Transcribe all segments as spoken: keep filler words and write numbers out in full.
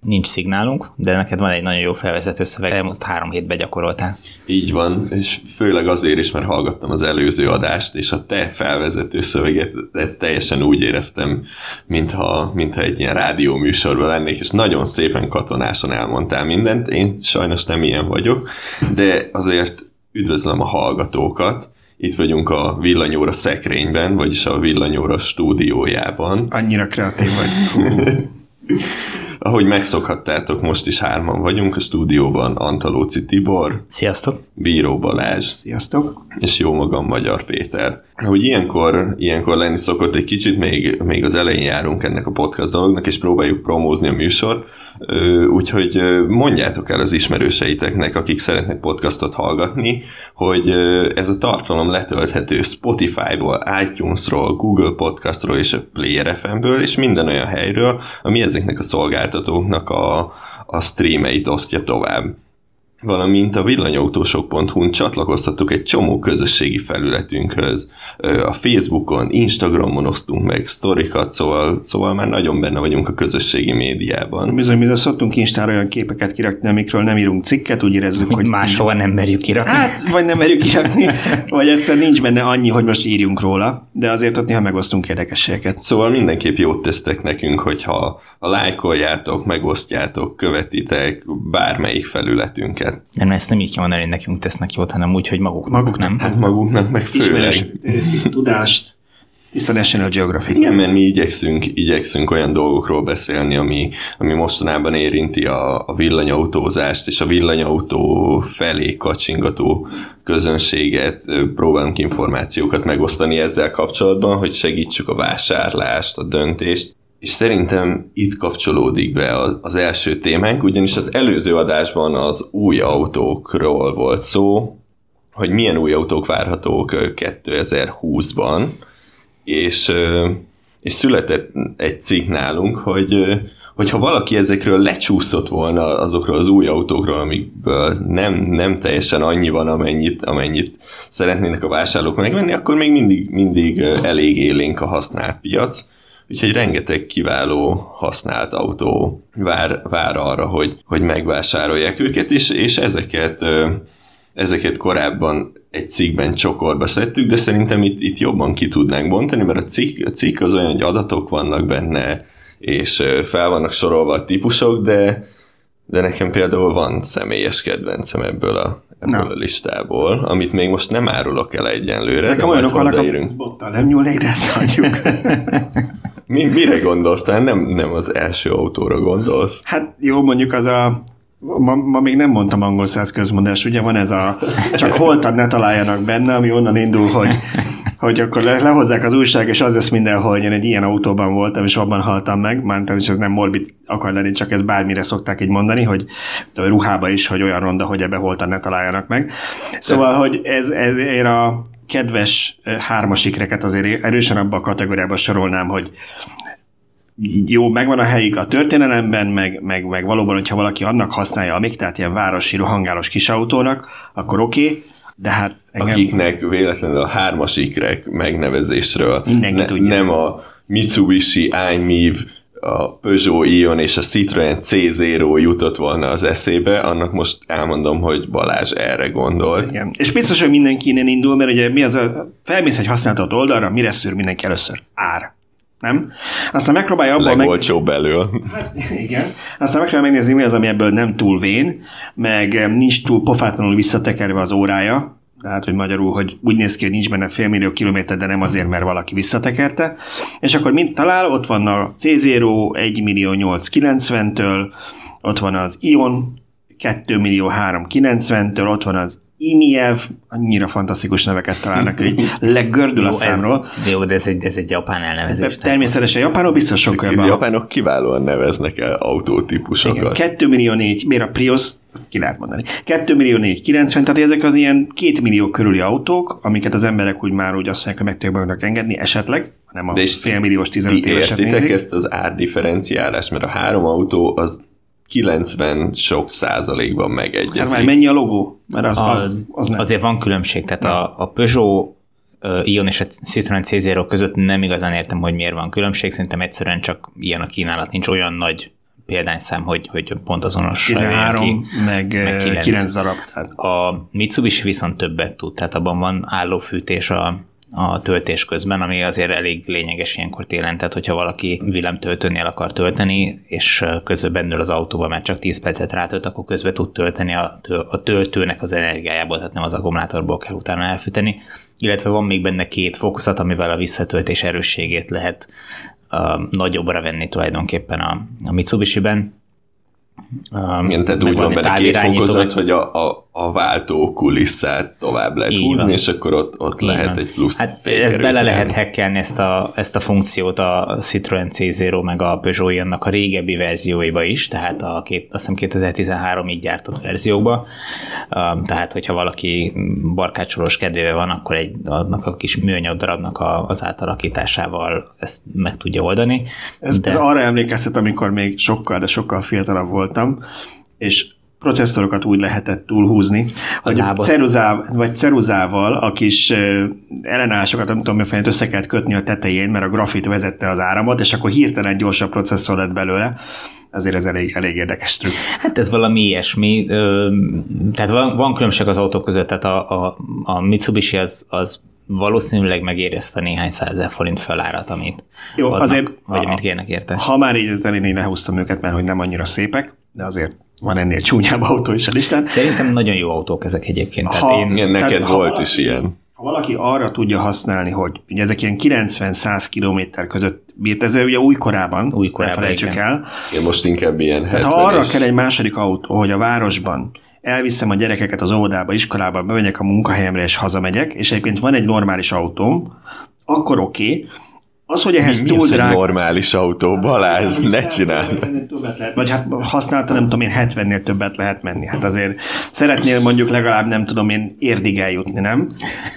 nincs szignálunk, de neked van egy nagyon jó felvezető szöveg, elmúlt három hétben gyakoroltál. Így van, és főleg azért is, mert hallgattam az előző adást, és a te felvezető szöveget teljesen úgy éreztem, mintha, mintha egy ilyen rádióműsorban lennék, és nagyon szépen katonásan elmondtál mindent. Én sajnos nem ilyen vagyok, de azért üdvözlöm a hallgatókat. Itt vagyunk a Villanyóra szekrényben, vagyis a Villanyóra stúdiójában. Annyira kreatív vagy. Ahogy megszokhattátok, most is hárman vagyunk a stúdióban. Antalóci Tibor. Sziasztok. Bíró Balázs. Sziasztok. És jó magam, Magyar Péter. Hogy ilyenkor, ilyenkor lenni szokott egy kicsit, még, még az elején járunk ennek a podcast dolognak, és próbáljuk promózni a műsort. Úgyhogy mondjátok el az ismerőseiteknek, akik szeretnek podcastot hallgatni, hogy ez a tartalom letölthető Spotify-ból, iTunes-ról, Google Podcastról és a Player ef em-ből, és minden olyan helyről, ami ezeknek a szolgáltatóknak a, a streameit osztja tovább. Valamint a villanyautósok pont hu-n csatlakoztatok egy csomó közösségi felületünkhöz. A Facebookon, Instagramon osztunk meg sztorikat, szóval, szóval már nagyon benne vagyunk a közösségi médiában. Bizony, bizony szoktunk Instára olyan képeket kirakni, amikről nem írunk cikket, úgy érezzük, hogy... Máshova nem merjük kirakni. Hát, vagy nem merjük kirakni, vagy egyszer nincs benne annyi, hogy most írjunk róla, de azért ott néha megosztunk érdekességeket. Szóval mindenképp jót tesztek nekünk, hogyha a lájkoljátok, megosztjátok, követitek bármelyik felületünket. Nem, ezt nem így kell mondani, hogy nekünk tesznek jót, hanem úgy, hogy maguknak, maguk nem? Hát maguknak meg főleg. Ismerős, tudást, tiszta National Geographic. Igen, mert mi igyekszünk, igyekszünk olyan dolgokról beszélni, ami, ami mostanában érinti a, a villanyautózást, és a villanyautó felé kacsingató közönséget. Próbálunk információkat megosztani ezzel kapcsolatban, hogy segítsük a vásárlást, a döntést. És szerintem itt kapcsolódik be az első témánk, ugyanis az előző adásban az új autókról volt szó, hogy milyen új autók várhatók kétezer-húszban, és, és született egy cikk nálunk, hogy hogyha valaki ezekről lecsúszott volna azokról az új autókról, amikből nem, nem teljesen annyi van, amennyit, amennyit szeretnének a vásárlók megvenni, akkor még mindig, mindig elég élénk a használt piac. Úgyhogy rengeteg kiváló használt autó vár, vár arra, hogy, hogy megvásárolják őket, és, és ezeket, ezeket korábban egy cikkben csokorba szedtük, de szerintem itt, itt jobban ki tudnánk bontani, mert a cikk, a cikk az olyan, hogy adatok vannak benne, és fel vannak sorolva a típusok, de, de nekem például van személyes kedvencem ebből a, ebből a listából, amit még most nem árulok el egyenlőre. Nekem olyanok vannak a bottal, nem nyúl de ezt hagyjuk. Mi, mire gondolsz? Tehát nem, nem az első autóra gondolsz? Hát jó, mondjuk az a... Ma, ma még nem mondtam angol száz közmondás, ugye van ez a... Csak holtan ne találjanak benne, ami onnan indul, hogy, hogy akkor le, lehozzák az újság, és az lesz mindenhol, hogy én egy ilyen autóban voltam, és abban haltam meg. Mármint ez nem morbid akar lenni, csak ez bármire szokták így mondani, hogy a ruhába is, hogy olyan ronda, hogy ebbe holtan ne találjanak meg. Szóval, hogy ez, ez én a kedves hármasikreket azért erősen abba a kategóriába sorolnám, hogy jó, megvan a helyük a történelemben, meg, meg, meg valóban, hogyha valaki annak használja, amik, tehát ilyen városi, rohangálós kisautónak, akkor oké, okay, de hát... Engem... Akiknek véletlenül a hármasikrek megnevezésről ne, nem a Mitsubishi i-MiEV, a Peugeot Ion és a Citroën cé zero jutott volna az eszébe, annak most elmondom, hogy Balázs erre gondol. Igen. És biztos, hogy mindenki innen indul, mert ugye mi az a... Felmész egy használtat oldalra, mire szűr mindenki először? Ár. Nem? Aztán megpróbálja abból... Legolcsóbb meg... elől. Hát, igen. Aztán megpróbálja megnézni, mi az, ami ebből nem túl vén, meg nincs túl pofátlanul visszatekerve az órája, tehát, hogy magyarul, hogy úgy néz ki, hogy nincs benne félmillió kilométer, de nem azért, mert valaki visszatekerte. És akkor mint talál, ott van a cé zero egy millió nyolcszázkilencventől, ott van az Ion két millió háromszázkilencventől, ott van az i-MiEV, annyira fantasztikus neveket találnak, hogy leggördül a számról. Ez, jó, de ez egy, ez egy japán elnevezés. Természetesen japánok biztos sokkal. A japánok kiválóan neveznek el autótípusokat. két millió négy, miért a Prius, azt ki lehet mondani, két millió négyszázkilencven, tehát ezek az ilyen két millió körüli autók, amiket az emberek úgy már úgy azt mondják, hogy meg tudják magunknak engedni esetleg, hanem a félmilliós tizenöt éveset nézik. Értitek ezt az árdifferenciálást, mert a három autó az kilencven sok százalékban megegyezik. Hát már mennyi a logó? Mert az, az, az, az nem. Azért van különbség, tehát a, a Peugeot uh, Ion és a Citroën cé zero között nem igazán értem, hogy miért van különbség, szerintem egyszerűen csak ilyen a kínálat, nincs olyan nagy példányszám, hogy, hogy pont azonos. tizenhárom, meg, meg kilenc darab. Tehát. A Mitsubishi viszont többet tud, tehát abban van állófűtés a a töltés közben, ami azért elég lényeges ilyenkor télen, tehát hogyha valaki villamtöltőnél akar tölteni, és közben bennül az autóba már csak tíz percet rátölt, akkor közben tud tölteni a, tő, a töltőnek az energiájából, tehát nem az akkumulátorból kell utána elfűteni, illetve van még benne két fokozat, amivel a visszatöltés erősségét lehet uh, nagyobbra venni tulajdonképpen a, a Mitsubishi-ben. Um, Igen, tehát úgy van benne két fokozat, hogy a, a, a váltó kulisszát tovább lehet így húzni, van. És akkor ott, ott lehet van. Egy plusz. Hát ezt bele lehet hackelni, ezt a, ezt a funkciót a Citroen cé nulla meg a Peugeot-nak a régebbi verzióiba is, tehát a két, azt hiszem kétezer-tizenhárom így gyártott verziókba. Um, tehát, hogyha valaki barkácsolós kedvébe van, akkor egy, annak a kis műanyag darabnak a, az átalakításával ezt meg tudja oldani. Ez, de... ez arra emlékeztet, amikor még sokkal, de sokkal fiatalabb voltam, és processzorokat úgy lehetett túlhúzni, hogy ceruzá, vagy ceruzával a kis ellenállásokat, nem tudom, miért össze kellett kötni a tetején, mert a grafit vezette az áramot, és akkor hirtelen gyorsabb processzor lett belőle. Azért ez elég, elég érdekes trükk. Hát ez valami ilyesmi. Tehát van, van különbség az autók között, tehát a, a, a Mitsubishi az, az valószínűleg megéri ezt a néhány százezer forint felárat, amit jó, adnak, azért, vagy amit kérnek érte. Ha már így én lehúztam őket, mert hogy nem annyira szépek, de azért van ennél csúnyább autó is a listán. Szerintem nagyon jó autók ezek egyébként. Ha, tehát én, igen, neked tehát, volt ha, is ilyen. Ha valaki arra tudja használni, hogy ugye ezek ilyen kilencven-száz kilométer között bírt, ez ugye újkorában, újkorában ne felejtsük el. Igen, most inkább ilyen tehát ha arra kell egy második autó, hogy a városban elviszem a gyerekeket az óvodába, iskolába, bemegyek a munkahelyemre és hazamegyek, és egyébként van egy normális autóm, akkor oké. Okay. Az, hogy ehhez mi, túl mi az, drága... egy normális autó, Balázs, ne csináld. Vagy hát használta, nem tudom én, hetvennél többet lehet menni. Hát azért szeretnél mondjuk legalább, nem tudom én, érdig eljutni, nem?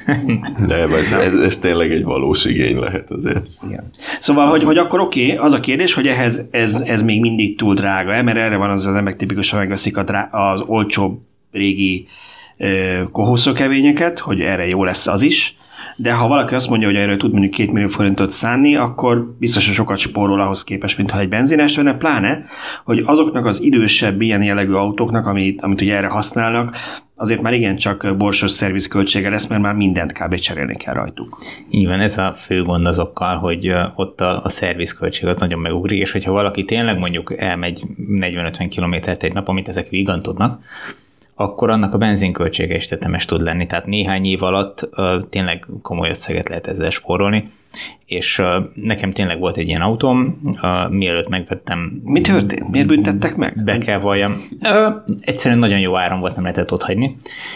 Nem, ez, ez, ez tényleg egy valós igény lehet azért. Igen. Szóval, hogy, hogy akkor oké, okay, az a kérdés, hogy ehhez ez, ez még mindig túl drága, mert erre van az az emberek tipikusan megveszik a drá- az olcsóbb régi eh, kohószókevényeket, hogy erre jó lesz az is. De ha valaki azt mondja, hogy erről tud mondjuk két millió forintot szánni, akkor biztos, hogy sokat spórol ahhoz képest, mint ha egy benzines venne, pláne, hogy azoknak az idősebb ilyen jellegű autóknak, amit, amit ugye erre használnak, azért már igencsak borsos szervizköltsége lesz, mert már mindent kb. Cserélni kell rajtuk. Így van, ez a fő gond azokkal, hogy ott a, a szervizköltség az nagyon megugrik, és hogyha valaki tényleg mondjuk elmegy negyven-ötven kilométert egy nap, amit ezek vígan tudnak, akkor annak a benzinköltsége is tetemes tud lenni. Tehát néhány év alatt uh, tényleg komoly összeget lehet ezzel spórolni, és uh, nekem tényleg volt egy ilyen autóm, uh, mielőtt megvettem... Mi történt? Miért büntettek meg? Be kell valljam. Uh, egyszerűen nagyon jó áram volt, nem lehetett ott hagyni,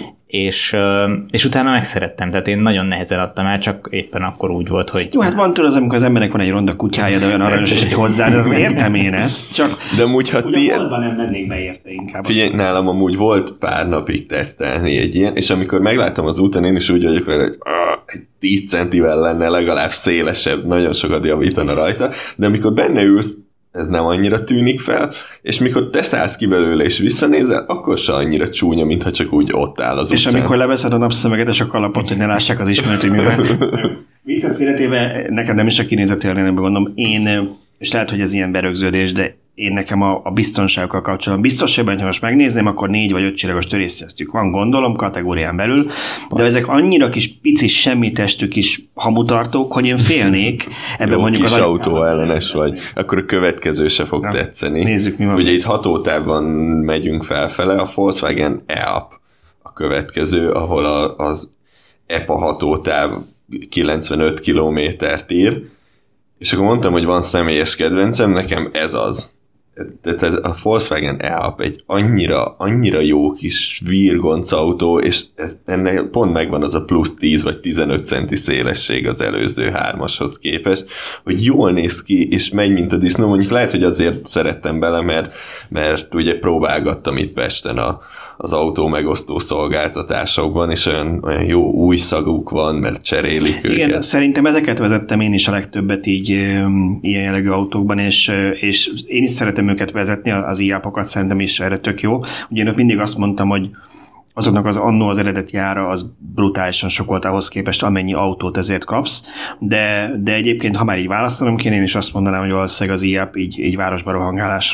és, uh, és utána megszerettem, tehát én nagyon nehezen adtam el, csak éppen akkor úgy volt, hogy... Jó, hát van tőle az, amikor az embernek van egy ronda kutyája, de olyan aranyos, és egy hozzá, de értem én ezt, csak... De amúgy, ha ti... nem mennék be érte inkább. Figyelj, nálam amúgy volt pár napig tesztelni egy ilyen, és amikor megláttam az úton, én is úgy vagyok vele, hogy egy tíz centivel lenne legalább szélesebb, nagyon sokat javítana rajta, de amikor benne ülsz, ez nem annyira tűnik fel, és mikor te szállsz ki belőle és visszanézel, akkor se annyira csúnya, mintha csak úgy ott áll az és utcán. amikor leveszed a napszöveget és a kalapot, hogy ne lássák az ismert, hogy mi van. Viccet félretéve, nekem nem is a kinézetélnél, nem gondolom. Én, és lehet, hogy ez ilyen berögződés, de én nekem a, a biztonságokkal kapcsolatban biztos, hogy ha most megnézném, akkor négy vagy öt csillagos törésztjesztjük van, gondolom, kategórián belül, de Basz. Ezek annyira kis pici semmitestű kis hamutartók, hogy én félnék. Ebben Jó, mondjuk kis az autó ellenes vagy, akkor a következő se fog Na, tetszeni. Nézzük, mi van. Ugye itt hatótávban megyünk felfele, a Volkswagen E-Up a következő, ahol a, az E P A hatótáv kilencvenöt kilométert ír, és akkor mondtam, hogy van személyes kedvencem, nekem ez az. Tehát a Volkswagen E-Up egy annyira, annyira jó kis virgonc autó, és ez, ennek pont megvan az a plusz tíz vagy tizenöt centi szélesség az előző hármashoz képest, hogy jól néz ki, és megy, mint a disznó. Mondjuk lehet, hogy azért szerettem bele, mert, mert ugye próbálgattam itt Pesten a, az autó megosztó szolgáltatásokban, és olyan, olyan jó új szaguk van, mert cserélik őket. Igen, szerintem ezeket vezettem én is a legtöbbet így ilyen jellegű autókban, és, és én is szeretem őket vezetni, az i-apokat szerintem is erre tök jó. Ugye én ott mindig azt mondtam, hogy azoknak az annó az eredeti ára az brutálisan sok volt ahhoz képest, amennyi autót ezért kapsz, de, de egyébként, ha már így választanom kéne, én is azt mondanám, hogy valószínűleg az i-ap így, így városba rohangálásra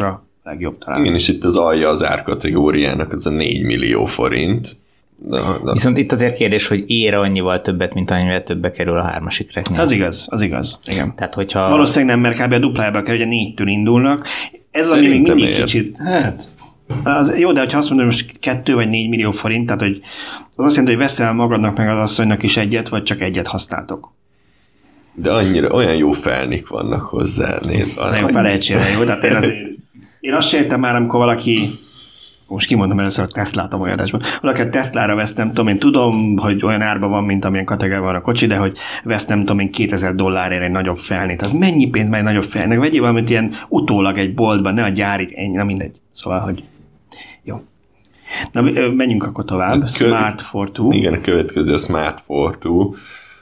legjobb talán. Igen, és itt az alja az árkategóriának az a négy millió forint. De, de... Viszont itt azért kérdés, hogy ér annyival többet, mint annyival többbe kerül a hármas ikreknél. Az igaz, az igaz, igen. Tehát, hogyha... Valószínűleg nem, mert kb. A duplájába kell, ugye négytől indulnak. Ez ami még mindig ér. Kicsit, hát... Az, jó, de ha azt mondom, most kettő vagy négy millió forint, tehát hogy az azt jelenti, hogy veszel magadnak meg az asszonynak is egyet, vagy csak egyet használtok. De annyira, olyan jó felnik vannak hozzá. Nagyon felejtsére jó, tehát én azért, én azt sem értem már, amikor valaki, most kimondom először, hogy Teslát a mai adásban, valaki a Teslára vesz, nem tudom, én tudom, hogy olyan árban van, mint amilyen kategóriában van a kocsi, de hogy vesz, nem tudom én, kétezer dollárért egy nagyobb felnét. Az mennyi pénz már egy nagyobb felnét? Vegyél valamit ilyen utólag egy boltban, ne a gyárit, ennyi, na mindegy. Szóval, hogy jó. Na, menjünk akkor tovább. Kö... Smart Fortwo. Igen, a következő a Smart Fortwo.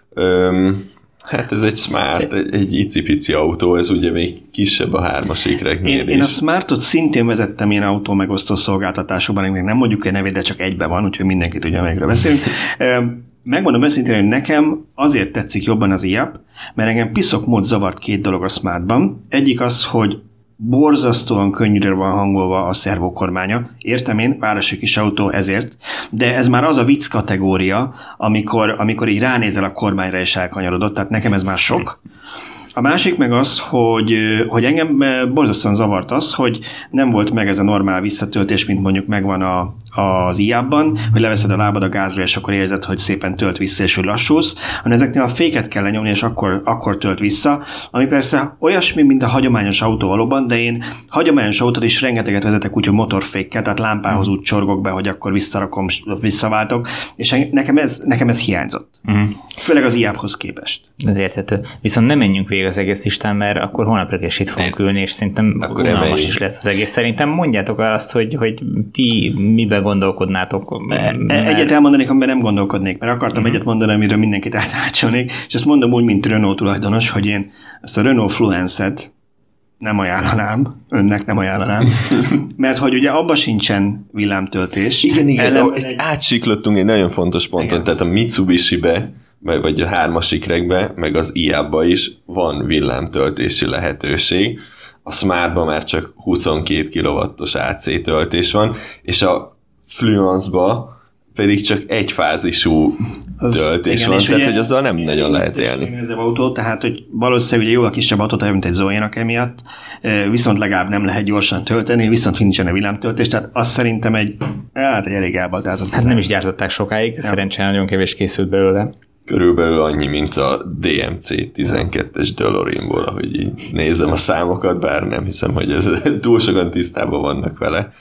Öm, hát ez egy smart, egy, egy icipici autó, ez ugye még kisebb a hármas ikreknél én, is. Én a Smartot szintén vezettem ilyen autó megosztó szolgáltatásokban, még nem mondjuk egy nevét, de csak egyben van, úgyhogy mindenki tudja, melyikről beszélünk. Megmondom őszintén, hogy nekem azért tetszik jobban az i á pé, mert engem piszok mód zavart két dolog a Smartban. Egyik az, hogy borzasztóan könnyűre van hangolva a szervokormánya. Értem én, városi kis autó ezért, de ez már az a vicc kategória, amikor, amikor így ránézel a kormányra és elkanyarodott, tehát nekem ez már sok. A másik meg az, hogy, hogy engem borzasztóan zavart az, hogy nem volt meg ez a normál visszatöltés, mint mondjuk megvan a, az i á pé-ban, hogy leveszed a lábad a gázra, és akkor érzed, hogy szépen tölt vissza, és hogy lassulsz, hanem ezeknél a féket kell lenyomni, és akkor, akkor tölt vissza, ami persze olyasmi, mint a hagyományos autó valóban, de én hagyományos autót is rengeteget vezetek úgy, hogy motorfékkel, tehát lámpához úgy csorgok be, hogy akkor visszarakom, visszaváltok, és nekem ez, nekem ez hiányzott. Uh-huh. Főleg az i á pé-hoz képest. Ez érthető. Viszont nem menjünk végig az egész listán, mert akkor holnapra is itt fogunk ülni, és szerintem unalmas is lesz az egész. Szerintem mondjátok azt, hogy, hogy ti miben gondolkodnátok. Mert... Egyet elmondanék, amiben nem gondolkodnék, mert akartam uh-huh. egyet mondani, amiről mindenkit áthácsolnék, és ezt mondom úgy, mint Renault tulajdonos, hogy én ezt a Renault Fluence-et nem ajánlanám, önnek nem ajánlanám, mert hogy ugye abban sincsen villámtöltés. Igen, igen, no, egy... átsiklottunk egy nagyon fontos ponton, igen. Tehát a Mitsubishi-be, vagy a hármas ikrekbe, meg az i á pé-ba is van villámtöltési lehetőség. A Smartban már csak huszonkét kilowattos á cé töltés van, és a Fluence-ba pedig csak egyfázisú töltés van, tehát hogy azzal nem nagyon lehet élni. Ez autó, tehát hogy valószínűleg ugye jó a kisebb autó, mint egy Zoe-nak emiatt, viszont legalább nem lehet gyorsan tölteni, viszont nincsen a villámtöltés, tehát azt szerintem egy, hát egy elég elbaltázott. Hát nem is gyártották sokáig, ja. Szerencsére nagyon kevés készült belőle. Körülbelül annyi, mint a dé em cé tizenkettes DeLoreanból, ahogy így nézem a számokat, bár nem hiszem, hogy ez túl sokan tisztában vannak vele.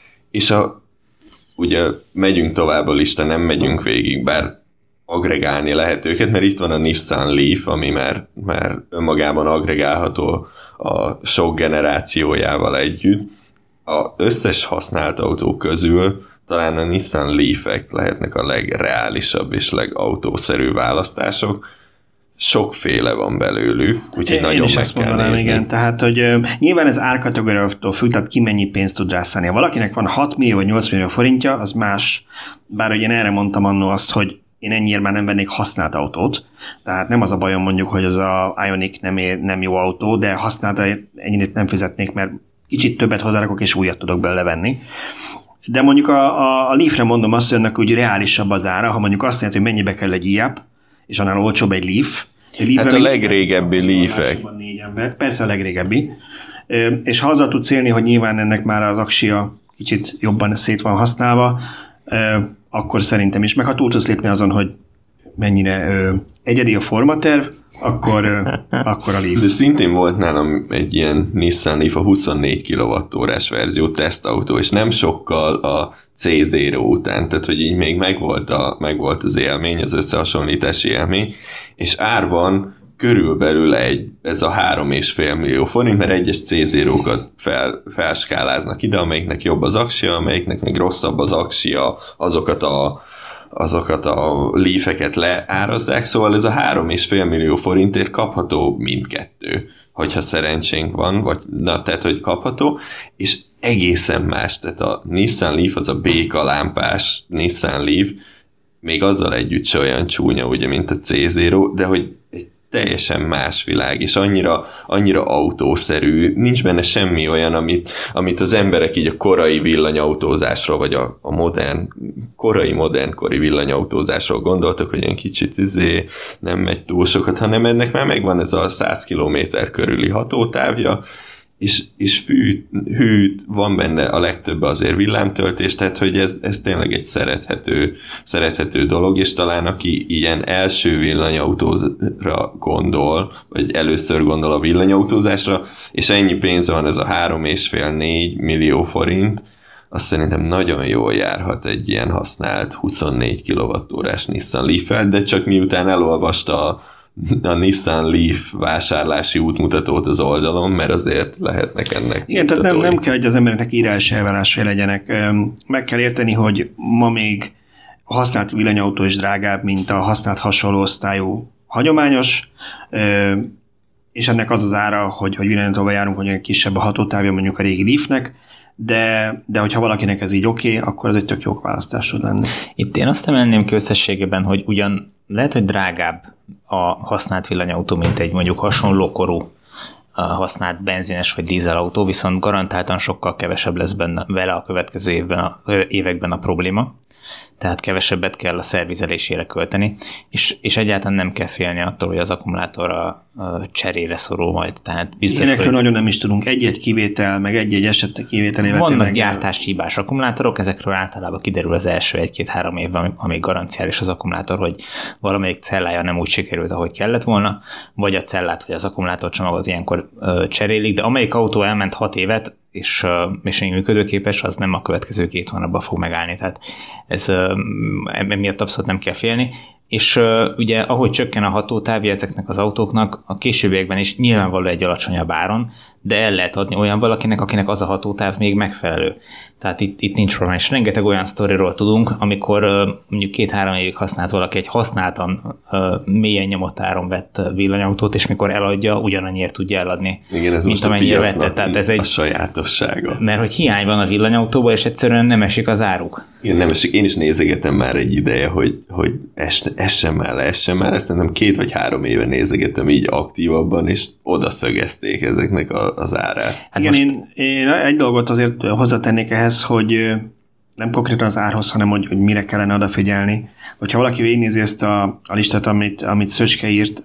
És a, ugye megyünk tovább a lista, nem megyünk végig, bár agregálni lehet őket, mert itt van a Nissan Leaf, ami már, már önmagában agregálható a sok generációjával együtt. Az összes használt autó közül talán a Nissan Leaf-ek lehetnek a legreálisabb és legautószerű választások. Sokféle van belőlük, úgyhogy én nagyon meg kell mondanám, nézni. Igen, tehát, hogy uh, nyilván ez árkategóriától függ, tehát ki mennyi pénzt tud rászállni. Ha valakinek van hat millió vagy nyolc millió forintja, az más. Bár ugye én erre mondtam annól azt, hogy én ennyiért már nem vennék használt autót. Tehát nem az a bajom mondjuk, hogy az a Ioniq nem, ér, nem jó autó, de használta ennyit nem fizetnék, mert kicsit többet hozzárakok, és újat tudok belőle venni. De mondjuk a, a, a Leafre mondom azt, hogy ennek úgy reálisabb az ára, ha mondjuk azt jelenti, hogy mennyibe kell egy i á pé, és annál olcsóbb egy Leaf. Egy hát a legrégebbi Leafek. Persze a legrégebbi. És ha azzal tudsz élni, hogy nyilván ennek már az aksia kicsit jobban szét van használva, akkor szerintem is, meg ha túl tudsz lépni azon, hogy mennyire egyedi a formaterv, akkor, akkor a Leaf. De szintén volt nálam egy ilyen Nissan Leaf, a huszonnégy kilowattórás verzió tesztautó, és nem sokkal a cé nulla után, tehát hogy így még megvolt, a, megvolt az élmény, az összehasonlítási élmény, és árban körülbelül egy, ez a három és fél millió forint, mert egyes cé nulla-kat fel, felskáláznak ide, amelyiknek jobb az aksia, amelyiknek még rosszabb az aksia, azokat a azokat a Leafeket leárazzák, szóval ez a három és fél millió forintért kapható mindkettő, hogyha szerencsénk van, vagy na, tehát, hogy kapható, és egészen más, tehát a Nissan Leaf, az a béka lámpás Nissan Leaf, még azzal együtt se olyan csúnya, ugye, mint a cé nulla, de hogy egy teljesen más világ, és annyira, annyira autószerű, nincs benne semmi olyan, amit, amit az emberek így a korai villanyautózásra, vagy a, a modern, korai modernkori villanyautózásról gondoltak, hogy ilyen kicsit izé nem megy túl sokat, hanem ennek már megvan ez a száz kilométer körüli hatótávja, és, és fű, hű, van benne a legtöbb azért villámtöltés, tehát hogy ez, ez tényleg egy szerethető, szerethető dolog, és talán aki ilyen első villanyautóra gondol, vagy először gondol a villanyautózásra, és ennyi pénze van, ez a három és fél négy millió forint, azt szerintem nagyon jól járhat egy ilyen használt huszonnégy kilowattórás Nissan Leaf-el, de csak miután elolvasta a a Nissan Leaf vásárlási útmutatót az oldalon, mert azért lehetnek ennek. Igen, tehát nem, nem kell, hogy az embereknek írás elvárásai legyenek. Meg kell érteni, hogy ma még a használt villanyautó is drágább, mint a használt hasonló osztályú hagyományos, és ennek az az ára, hogy, hogy villanyautóval járunk, hogy kisebb a hatótávja mondjuk a régi Leafnek, de, de hogyha valakinek ez így oké, okay, akkor ez egy tök jó választásod lenne. Itt én azt emelném ki összességében, hogy ugyan lehet, hogy drágább a használt villanyautó, mint egy mondjuk hasonló korú használt benzines vagy dízelautó, viszont garantáltan sokkal kevesebb lesz benne, vele a következő évben a, években a probléma. Tehát kevesebbet kell a szervizelésére költeni, és, és egyáltalán nem kell félni attól, hogy az akkumulátor a, a cserére szorul majd. Tehát biztos, ilyenekről hogy nagyon nem is tudunk. Egy-egy kivétel, meg egy-egy eset kivételével. vannak tényleg gyártási hibás akkumulátorok, ezekről általában kiderül az első egy-két-három évben, amíg garanciális az akkumulátor, hogy valamelyik cellája nem úgy sikerült, ahogy kellett volna, vagy a cellát, vagy az akkumulátorcsomagot ilyenkor ö, cserélik, de amelyik autó elment hat évet, és, és még működőképes, az nem a következő két hónapban fog megállni. Tehát ez emiatt abszolút nem kell félni. És uh, ugye ahogy csökken a hatótávja ezeknek az autóknak, a későbbiekben is nyilvánvaló egy alacsonyabb áron, de el lehet adni olyan valakinek, akinek az a hatótáv még megfelelő. Tehát itt, itt nincs probléma. És rengeteg olyan sztoriról tudunk, amikor uh, mondjuk két-három évig használt valaki egy használtan uh, mélyen nyomott áron vett villanyautót, és mikor eladja, ugyanannyiért tudja eladni, igen, ez mint amennyire vette. Tehát ez egy a sajátossága. Mert hogy hiány van a villanyautóban, és egyszerűen nem esik az áruk. Igen, nem esik. Én is nézegetem már egy ideje, hogy, hogy es, essen már le, essen már le. Szerintem két vagy három éve nézegetem így aktívabban, és oda szögezték ezeknek a, az árát. Hát igen, most... én, én egy dolgot azért hozzátennék ehhez, hogy nem konkrétan az árhoz, hanem hogy, hogy mire kellene odafigyelni. Hogyha valaki végignézi ezt a, a listát, amit, amit Szöcske írt,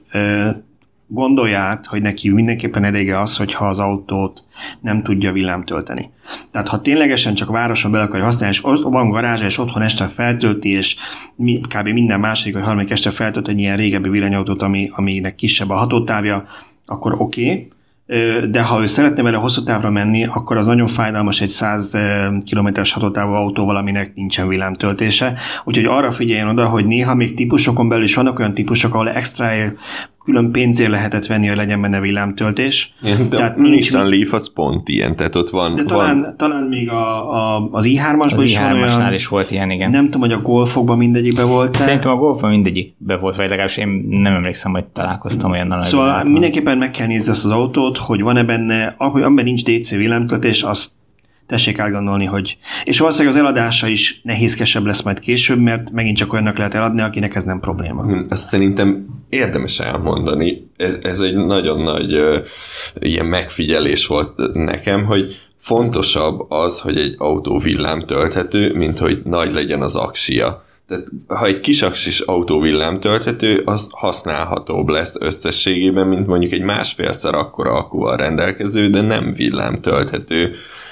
gondolja át, hogy neki mindenképpen elége az, hogyha az autót nem tudja villámtölteni. Tehát ha ténylegesen csak városon be akarja használni, és van garázsa, és otthon este feltölti, és kb. Minden második vagy harmadik este feltölt egy ilyen régebbi villanyautót, ami, aminek kisebb a hatótávja, akkor oké. Okay. De ha ő szeretne vele hosszú távra menni, akkor az nagyon fájdalmas egy száz kilométeres hatótávú autóval, aminek nincsen villámtöltése. Úgyhogy arra figyeljen oda, hogy néha még típusokon belül is vannak olyan típusok, ahol extra külön pénzért lehetett venni, hogy legyen benne villámtöltés. Igen, de tehát a Nissan Leaf az pont ilyen, tehát ott van... De talán, van... talán még a, a, az i hármasban is van olyan... is volt ilyen, igen. Nem tudom, hogy a Golfokban mindegyikben volt. Szerintem a Golfban mindegyikben volt, vagy legalábbis én nem emlékszem, hogy találkoztam olyannal. Szóval mindenképpen meg kell nézni azt az autót, hogy van-e benne, ahogy amiben nincs dé cé villámtöltés, azt tessék átgondolni, hogy... És valószínűleg az eladása is nehézkesebb lesz majd később, mert megint csak olyannak lehet eladni, akinek ez nem probléma. Ezt szerintem érdemes elmondani. Ez, ez egy nagyon nagy uh, ilyen megfigyelés volt nekem, hogy fontosabb az, hogy egy autó villámtölthető, mint hogy nagy legyen az aksia. Tehát ha egy kis aksis autó villámtölthető, az használhatóbb lesz összességében, mint mondjuk egy másfélszer akkora akkúval rendelkező, de nem villámtölthető.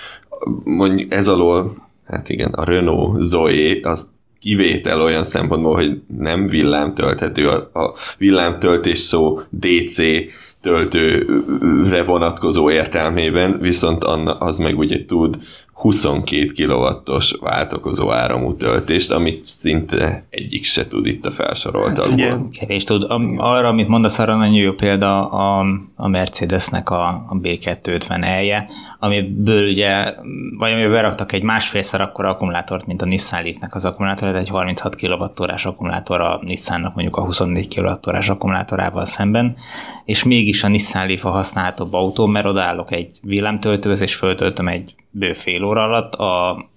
Mondjuk ez alól, hát igen, a Renault Zoe, az kivétel olyan szempontból, hogy nem villámtölthető, a, a villámtöltés szó dé cé töltőre vonatkozó értelmében, viszont az meg ugye tud huszonkét kilowattos váltakozó áramú töltést, amit szinte egyik se tud itt a felsorolt hát, ugye, kevés tud. Arra, amit mondasz, arra nagyon jó példa a, a Mercedesnek a, a bé kétszázötven E-je, amiből ugye, vagy amiből beraktak egy másfélszer akkora akkumulátort, mint a Nissan Leaf-nek az akkumulátor, tehát egy harminchat kilowattórás akkumulátor a Nissannak mondjuk a huszonnégy kilowattórás akkumulátorával szemben, és mégis a Nissan Leaf a használhatóbb autó, mert odaállok egy villámtöltőhöz, és föltöltöm egy bő fél óra alatt, a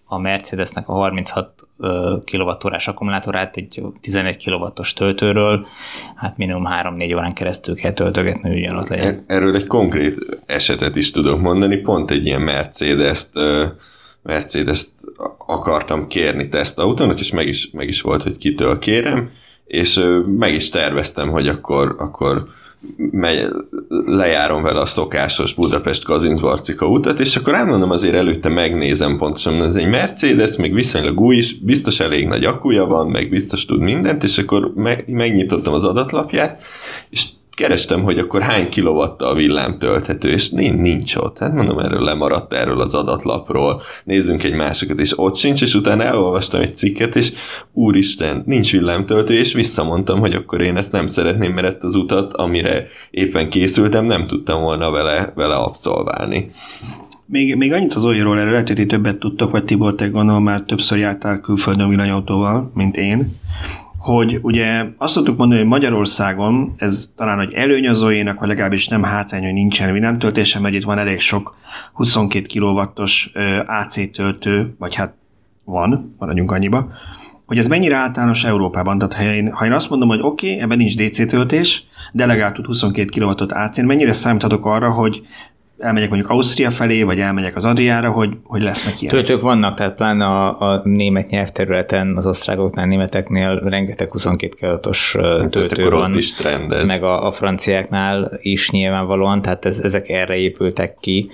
a Mercedesnek a harminchat kilowattórás akkumulátorát egy tizenegy kilowattos töltőről, hát minimum három-négy órán keresztül kell töltögetni, hogy ugyanott legyen. Erről egy konkrét esetet is tudok mondani, pont egy ilyen Mercedes-t, Mercedes-t akartam kérni tesztautónak, és meg is, meg is volt, hogy kitől kérem, és meg is terveztem, hogy akkor, akkor megy, lejárom vele a szokásos Budapest-Kazincbarcika utat, és akkor elmondom, azért előtte megnézem pontosan, ez egy Mercedes, még viszonylag új is, biztos elég nagy akkuja van, meg biztos tud mindent, és akkor me- megnyitottam az adatlapját, és kerestem, hogy akkor hány kilowattal villám tölthető, és nincs, nincs ott. Hát mondom, erről lemaradt erről az adatlapról, nézzünk egy másikat, és ott sincs, és utána elolvastam egy cikket, és úristen, nincs villámtöltő, és visszamondtam, hogy akkor én ezt nem szeretném, mert ezt az utat, amire éppen készültem, nem tudtam volna vele, vele abszolválni. Még, még annyit az olyanról, erről lehet, hogy ti többet tudtok, vagy Tibor, te gondolom már többször jártál külföldön villanyautóval, mint én, hogy ugye azt szoktuk mondani, hogy Magyarországon ez talán egy előny az Zoe-nak, vagy legalábbis nem hátrány, hogy nincsen villámtöltése, mert itt van elég sok huszonkét kilowattos á cé töltő, vagy hát van, maradjunk annyiba, hogy ez mennyire általános Európában. Tehát ha én, ha én azt mondom, hogy oké, okay, ebben nincs dé cé töltés, de legalább tud huszonkét kilowattot á cén, mennyire számíthatok arra, hogy elmegyek mondjuk Ausztria felé, vagy elmegyek az Adriára, hogy, hogy lesznek ilyen. Töltők vannak, tehát pláne a, a német nyelvterületen, az osztrákoknál, németeknél rengeteg huszonkét kilowattos töltő van, is meg a, a franciáknál is nyilvánvalóan, tehát ez, ezek erre épültek ki,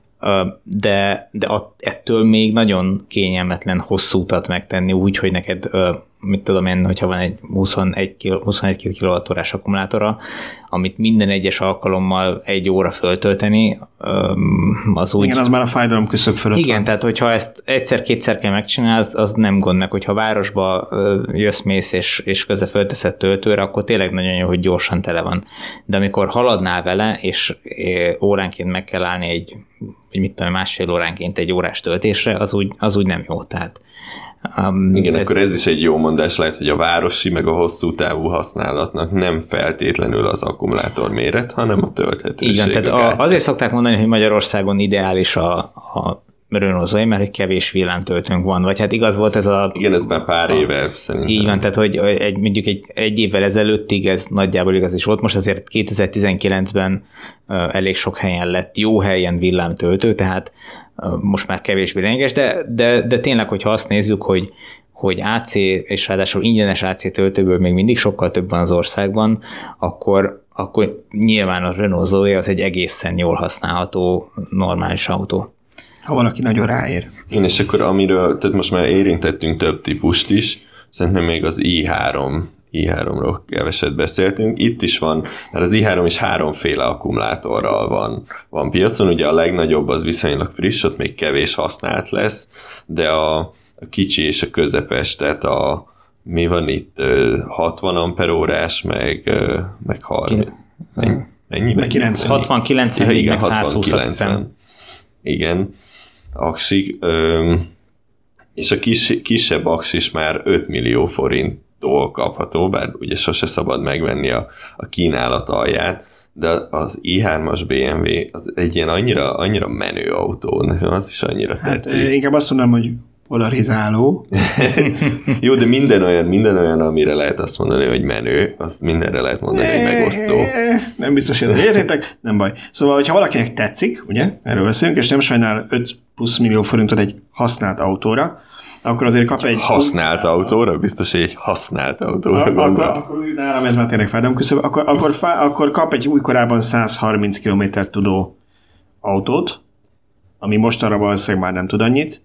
de, de ettől még nagyon kényelmetlen hosszú utat megtenni úgy, hogy neked, mit tudom én, hogyha van egy huszonegy kilowattórás akkumulátora, amit minden egyes alkalommal egy óra föltölteni, az úgy... Igen, az már a fájdalom küszöb fölött Igen, van. tehát hogyha ezt egyszer-kétszer kell megcsinálni, az, az nem gond meg, hogyha városba jössz, mész és, és közben fölteszed töltőre, akkor tényleg nagyon jó, hogy gyorsan tele van. De amikor haladnál vele, és óránként meg kell állni egy, mit tudom, másfél óránként egy órás töltésre, az úgy, az úgy nem jó. Tehát Um, Igen, ez... akkor ez is egy jó mondás lehet, hogy a városi meg a hosszú távú használatnak nem feltétlenül az akkumulátor méret, hanem a tölthetőség. Igen, tehát a, azért szokták mondani, hogy Magyarországon ideális a, a Renault Zoe, mert hogy kevés villámtöltőnk van, vagy hát igaz volt ez a... Igen, ez már pár a, éve szerintem. Így van, tehát hogy egy, mondjuk egy, egy évvel ezelőttig ez nagyjából igaz is volt, most azért kétezer-tizenkilencben uh, elég sok helyen lett jó helyen villámtöltő, tehát uh, most már kevésbé lényeges, de, de, de tényleg, hogyha azt nézzük, hogy hogy á cé, és ráadásul ingyenes á cé töltőből még mindig sokkal több van az országban, akkor, akkor nyilván a Renault Zoe az egy egészen jól használható, normális autó. Ha valaki nagyon ráér. Én és akkor amiről, tehát most már érintettünk több típust is, szerintem még az i három, i háromról keveset beszéltünk. Itt is van, mert az i három is háromféle akkumulátorral van, van piacon, ugye a legnagyobb az viszonylag friss, ott még kevés használt lesz, de a, a kicsi és a közepes, tehát a mi van itt, hatvan amperórás, meg, meg harminc. Mennyi? Meg kilencven. hatvan kilencven, ja, meg száz húsz, azt hiszem. Igen, aksik, öm, és a kis, kisebb aks is már öt millió forinttól kapható, bár ugye sose szabad megvenni a, a kínálat alját, de az i hármas bé em vé az egy ilyen annyira, annyira menő autó, nekem az is annyira hát, tetszik. Inkább azt mondom, hogy polarizáló. Jó, de minden olyan, minden olyan, amire lehet azt mondani, hogy menő, azt mindenre lehet mondani, hogy megosztó. Nem biztos, hogy ez értétek, nem baj. Szóval, hogyha valakinek tetszik, ugye, erről beszélünk, és nem sajnál öt plusz millió forintot egy használt autóra, akkor azért kap egy... Használt autóra? Biztos, hogy egy használt autóra a, akkor, akkor nálam ez már tényleg fájdalom küszöb, akkor, akkor, akkor kap egy újkorában száz harminc kilométert tudó autót, ami mostanra valószínűleg már nem tud annyit.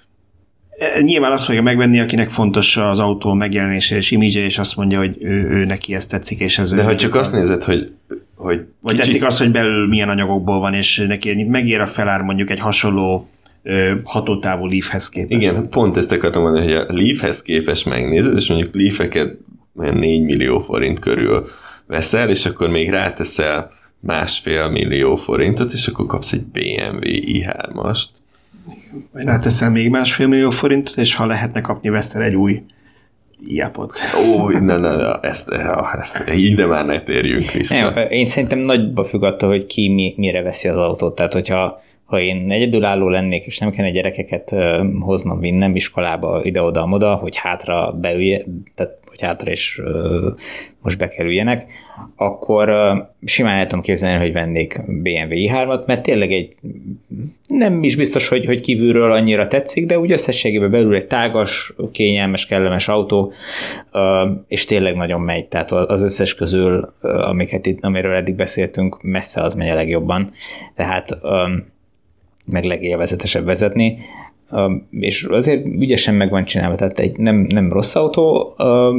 Nyilván azt fogja megvenni, akinek fontos az autó megjelenése és image, és azt mondja, hogy ő, ő neki ezt tetszik, és ez... De ha csak azt nézed, hogy... hogy vagy kicsit... tetszik az, hogy belül milyen anyagokból van, és neki megér a felár mondjuk egy hasonló ö, hatótávú Leafhez képest. Igen, pont ezt akartam mondani, hogy a Leafhez képest megnézed, és mondjuk Leafeket négy millió forint körül veszel, és akkor még ráteszel másfél millió forintot, és akkor kapsz egy bé em vé i hármast. Vagy ráteszel még másfél millió forintot, és ha lehetne kapni, vesztel egy új iapot. Ó, ne, ne, ne, ezt, ezt, ide már ne térjünk vissza. Nem, én szerintem nagyba függ attól, hogy ki mi, mire veszi az autót. Tehát, hogyha ha én egyedülálló lennék, és nem kellene gyerekeket hoznom, vinnem iskolába, ide-oda-moda, hogy hátra beülje, tehát hogy hátra is most bekerüljenek, akkor simán el tudom képzelni, hogy vennék bé em vé i hármat, mert tényleg egy nem is biztos, hogy, hogy kívülről annyira tetszik, de úgy összességében belül egy tágas, kényelmes, kellemes autó, és tényleg nagyon megy. Tehát az összes közül, amiket itt, amiről eddig beszéltünk, messze az megy a legjobban. Tehát meg legélvezetesebb vezetni. És azért ügyesen meg van csinálva, tehát egy nem, nem rossz autó,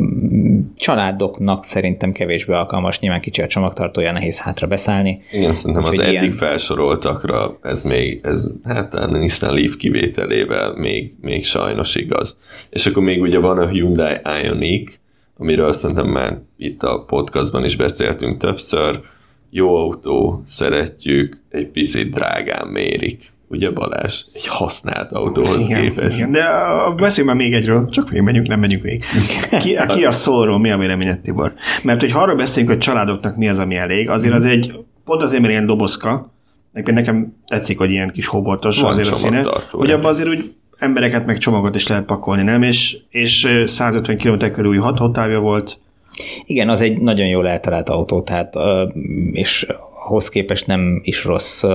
családoknak szerintem kevésbé alkalmas, nyilván kicsi a csomagtartója, nehéz hátra beszállni. Igen, szerintem az ilyen... eddig felsoroltakra ez még, ez, hát a Nissan Leaf kivételével még, még sajnos igaz. És akkor még ugye van a Hyundai Ioniq, amiről szerintem már itt a podcastban is beszéltünk többször, jó autó, szeretjük, egy picit drágán mérik. Ugye Balázs? Egy használt autóhoz igen, képest. Igen. De beszéljünk már még egyről, csak végig megyünk, nem megyünk végig. Ki, ki a szólról, mi a véleményed, Tibor? Mert hogy ha arról beszélünk, hogy családoknak mi az, ami elég, azért az egy, pont azért, mert ilyen dobozka, nekem tetszik, hogy ilyen kis hóbortos van azért a színe, hogy abban azért úgy embereket meg csomagot is lehet pakolni, nem? És, és százötven kilométer körül hat hottávja volt. Igen, az egy nagyon jól eltalált autó, tehát, és ahhoz képest nem is rossz.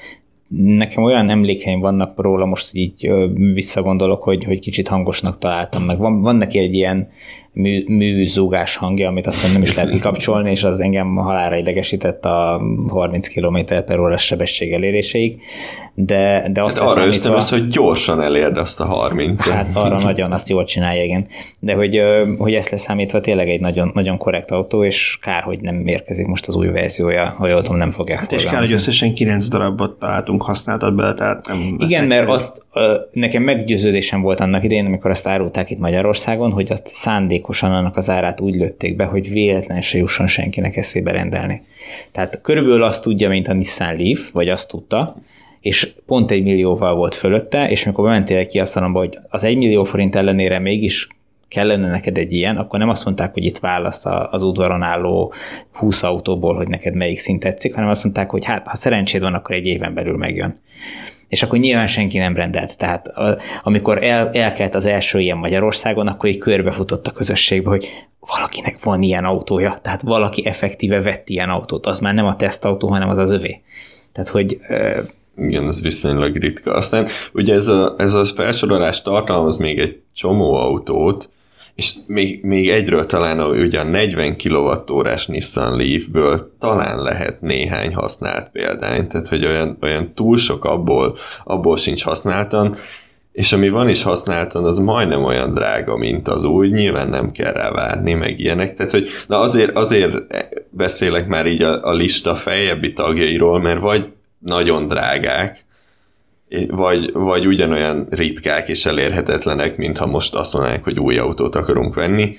Nekem olyan emlékeim vannak róla, most így visszagondolok, hogy, hogy kicsit hangosnak találtam meg. Van, van neki egy ilyen mű, műzúgás hangja, amit azt hiszem nem is lehet kikapcsolni, és az engem halálra idegesített a harminc kilométer per órás sebesség eléréséig. De, de azt hát arra ösztönöz, hogy gyorsan elérd azt a harmincet. Hát arra nagyon, azt jól csinálja, igen. De hogy, hogy ezt leszámítva tényleg egy nagyon, nagyon korrekt autó, és kár, hogy nem érkezik most az új verziója, ha jól tudom, nem fogják hát és kár, hogy összesen kilenc darabot találtunk használtat bele, tehát nem igen, mert azt, nekem meggyőződésem volt annak idején, amikor azt árulták itt Magyarországon, hogy azt szándékosan annak az árát úgy lőtték be, hogy véletlenül se jusson senkinek eszébe rendelni. Tehát körülbelül azt tudja, mint a Nissan Leaf, vagy azt tudta, és pont egy millióval volt fölötte, és amikor bementél egy kiasztalomba, hogy az egy millió forint ellenére mégis kellene neked egy ilyen, akkor nem azt mondták, hogy itt választ az udvaron álló húsz autóból, hogy neked melyik szint tetszik, hanem azt mondták, hogy hát, ha szerencséd van, akkor egy éven belül megjön. És akkor nyilván senki nem rendelt. Tehát a, amikor el, elkelt az első ilyen Magyarországon, akkor így körbefutott a közösségbe, hogy valakinek van ilyen autója, tehát valaki effektíve vett ilyen autót. Az már nem a tesztautó, hanem az az övé. Tehát, hogy... Igen, ez viszonylag ritka. Aztán ugye ez a, ez a felsorolás tartalmaz még egy csomó autót, és még, még egyről talán a, ugye a negyven kilowattórás Nissan Leafből talán lehet néhány használt példány, tehát hogy olyan, olyan túl sok abból, abból sincs használtan, és ami van is használtan, az majdnem olyan drága, mint az új, nyilván nem kell rá várni, meg ilyenek, tehát hogy na azért, azért beszélek már így a, a lista feljebbi tagjairól, mert vagy nagyon drágák, vagy, vagy ugyanolyan ritkák és elérhetetlenek, mintha most azt mondanánk, hogy új autót akarunk venni.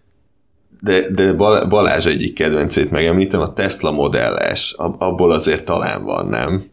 De, de Balázs egyik kedvencét megemlítem, a Tesla Model S, abból azért talán van, nem?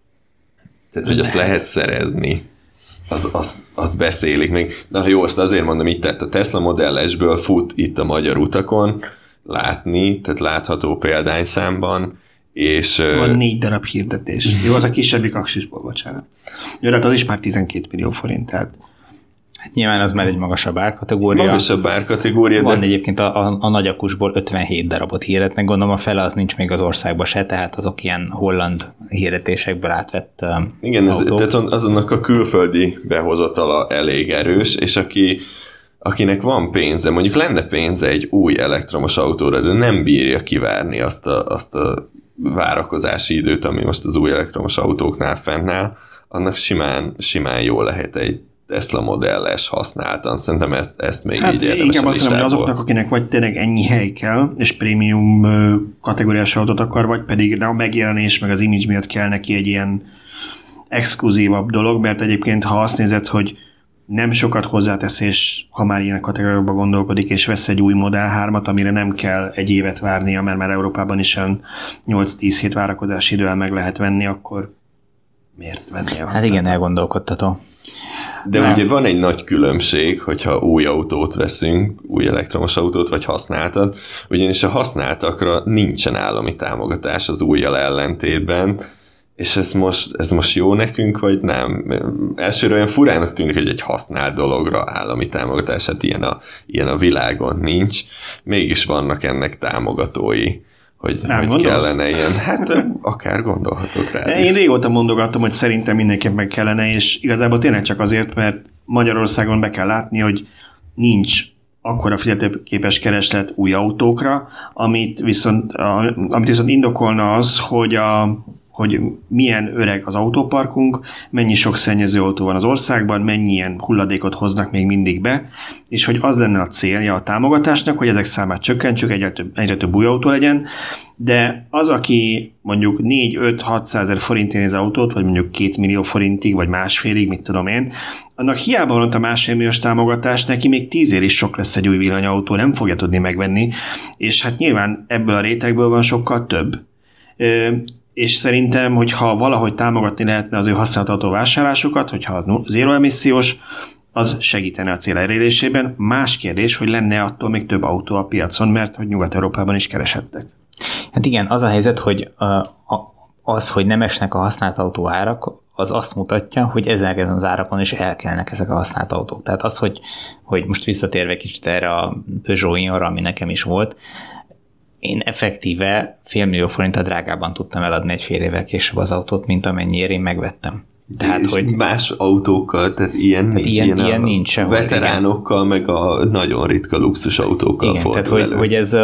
Tehát, hogy azt lehet szerezni. Az, az, az beszélik még. Na jó, azt azért mondom itt, tehát a Tesla Model S-ből fut itt a magyar utakon látni, tehát látható példányszámban, és... Van négy darab hirdetés. Jó, az a kisebbik aksisból, bocsánat. Jó, hát az is már tizenkét millió forint, tehát... Hát nyilván az már egy magasabb árkategória. Magasabb árkategória, van de... egyébként a, a, a nagy akusból ötvenhét darabot hirdetnek, gondolom a fele az nincs még az országban se, tehát azok ilyen holland hirdetésekből átvett um, igen, ez, autók. tehát azonnak a külföldi behozatala elég erős, és aki, akinek van pénze, mondjuk lenne pénze egy új elektromos autóra, de nem bírja kivárni azt a, azt a várakozási időt, ami most az új elektromos autóknál fennáll, annak simán, simán jó lehet egy Tesla Model S használtan. Szerintem ezt, ezt még hát így érdemes. Inkább azt mondom, hogy azoknak, akinek vagy tényleg ennyi hely kell, és prémium kategóriás autót akar, vagy pedig a megjelenés, meg az image miatt kell neki egy ilyen exkluzívabb dolog, mert egyébként, ha azt nézed, hogy nem sokat hozzátesz, és ha már ilyen kategóriákban gondolkodik, és vesz egy új Model hármat, amire nem kell egy évet várnia, mert már Európában is olyan nyolc-tíz hét várakozási idővel meg lehet venni, akkor miért venni? Hát igen, elgondolkodtató. De nem. Ugye van egy nagy különbség, hogyha új autót veszünk, új elektromos autót, vagy használtat, ugyanis a használtakra nincsen állami támogatás az újjal ellentétben, és ez most, ez most jó nekünk, vagy nem? Elsőre olyan furának tűnik, hogy egy használt dologra állami támogatás, hát ilyen a, ilyen a világon nincs. Mégis vannak ennek támogatói, hogy, hogy kellene ilyen. Hát akár gondolhatok rá. Én régóta mondogatom, hogy szerintem mindenképp meg kellene, és igazából tényleg csak azért, mert Magyarországon be kell látni, hogy nincs akkora fizetőképes kereslet új autókra, amit viszont, amit viszont indokolna az, hogy, a, hogy milyen öreg az autóparkunk, mennyi sok szennyező autó van az országban, mennyi ilyen hulladékot hoznak még mindig be, és hogy az lenne a célja a támogatásnak, hogy ezek számát csökkentsük, egyre több, egyre több új autó legyen, de az, aki mondjuk négy-öt-hatszázezer forintért az autót, vagy mondjuk két millió forintig, vagy másfélig, mit tudom én, annak hiába van ott a másfél milliós támogatás, neki még tízér is sok lesz egy új villanyautó, nem fogja tudni megvenni, és hát nyilván ebből a rétegből van sokkal több. És szerintem, hogyha valahogy támogatni lehetne az ő használt autó vásárlásokat, hogyha az zéro emissziós, az segítene a cél elérésében. Más kérdés, hogy lenne attól még több autó a piacon, mert hogy Nyugat-Európában is keresettek. Hát igen, az a helyzet, hogy az, hogy nem esnek a használt autó árak, az azt mutatja, hogy ezeken az árakon is elkelnek ezek a használt autók. Tehát az, hogy, hogy most visszatérve kicsit erre a Peugeot Ion-ra, ami nekem is volt, én effektíve félmillió forinttal drágában tudtam eladni egy fél évvel később az autót, mint amennyiért én megvettem. Tehát, hogy más autókkal, tehát ilyen tehát nincs. Ilyen, ilyen, ilyen nincs sehol, veteránokkal, igen. Meg a nagyon ritka luxus autókkal igen, fordul tehát, elő. hogy, hogy ez,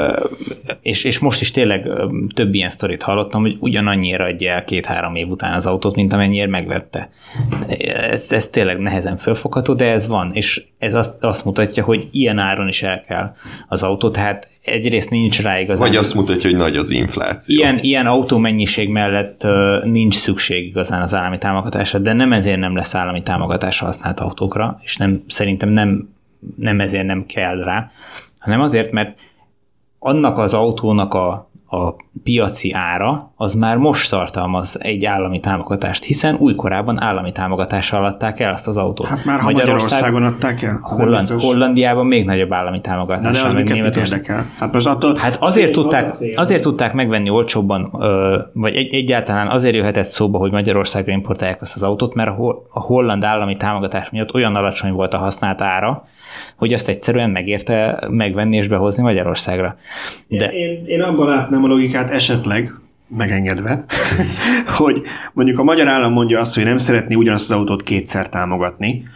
és, és most is tényleg több ilyen sztorit hallottam, hogy ugyanannyira adja el két-három év után az autót, mint amennyiért megvette. Ez, ez tényleg nehezen fölfogható, de ez van, és ez azt, azt mutatja, hogy ilyen áron is el kell az autó, tehát egyrészt nincs rá igazán. Vagy azt mutatja, hogy nagy az infláció. Ilyen, ilyen autómennyiség mellett uh, nincs szükség igazán az állami támogatásra, de nem ezért nem lesz állami támogatásra használt autókra, és nem, szerintem nem, nem ezért nem kell rá, hanem azért, mert annak az autónak a, a piaci ára az már most tartalmaz egy állami támogatást, hiszen újkorában állami támogatással adták el azt az autót. Hát már ha Magyarországon adták el? Holland, Hollandiában még nagyobb állami támogatással. De, de az minket érdekel. Hát, most attól hát azért, tudták, azért tudták megvenni olcsóbban, vagy egy, egyáltalán azért jöhetett szóba, hogy Magyarországra importálják azt az autót, mert a holland állami támogatás miatt olyan alacsony volt a használt ára, hogy azt egyszerűen megérte megvenni és behozni Magyarországra. De én, én abban látnám a logikát esetleg, megengedve, hogy mondjuk a magyar állam mondja azt, hogy nem szeretné ugyanazt az autót kétszer támogatni,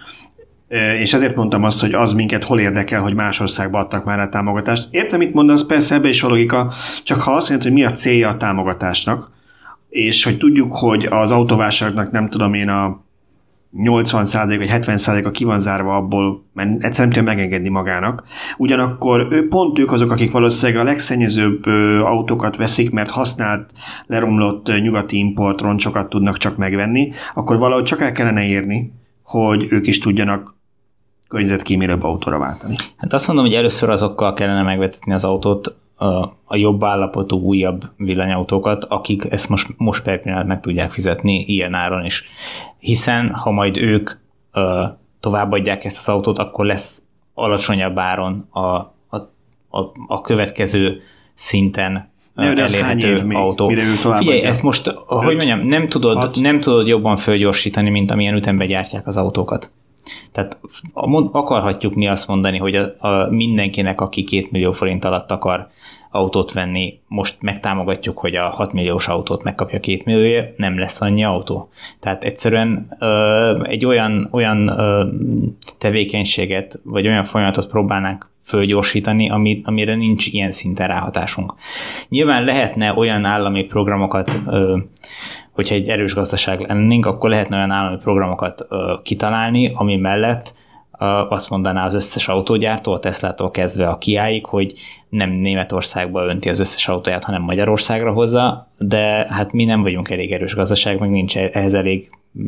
és ezért mondtam azt, hogy az minket hol érdekel, hogy más országba adtak már a támogatást. Értem, mit mondasz, persze ebbe is a logika, csak ha azt mondja, hogy mi a célja a támogatásnak, és hogy tudjuk, hogy az autóvásárlóknak nem tudom én a nyolcvan százalék vagy hetven százaléka ki van zárva abból, mert egyszerűen nem tudja megengedni magának. Ugyanakkor ő, pont ők azok, akik valószínűleg a legszennyezőbb autókat veszik, mert használt, leromlott nyugati import roncsokat tudnak csak megvenni, akkor valahogy csak el kellene érni, hogy ők is tudjanak környezetkímélőbb autóra váltani. Hát azt mondom, hogy először azokkal kellene megvetetni az autót, a jobb állapotú, újabb villanyautókat, akik ezt most, most per pillanat meg tudják fizetni ilyen áron is. Hiszen, ha majd ők ö, továbbadják ezt az autót, akkor lesz alacsonyabb áron a, a, a, a következő szinten ö, elérhető autó. Figyelj, ezt most, hogy mondjam, nem tudod, nem tudod jobban fölgyorsítani, mint amilyen ütemben gyártják az autókat. Tehát akarhatjuk mi azt mondani, hogy a, a mindenkinek, aki két millió forint alatt akar autót venni, most megtámogatjuk, hogy a hat milliós autót megkapja két millióért, nem lesz annyi autó. Tehát egyszerűen ö, egy olyan, olyan ö, tevékenységet, vagy olyan folyamatot próbálnánk fölgyorsítani, ami, amire nincs ilyen szinten ráhatásunk. Nyilván lehetne olyan állami programokat, ö, hogyha egy erős gazdaság lennénk, akkor lehetne olyan állami programokat ö, kitalálni, ami mellett ö, azt mondaná az összes autógyártó, a Teslától kezdve a Kiáig, hogy nem Németországba önti az összes autóját, hanem Magyarországra hozza, de hát mi nem vagyunk elég erős gazdaság, meg nincs ehhez elég,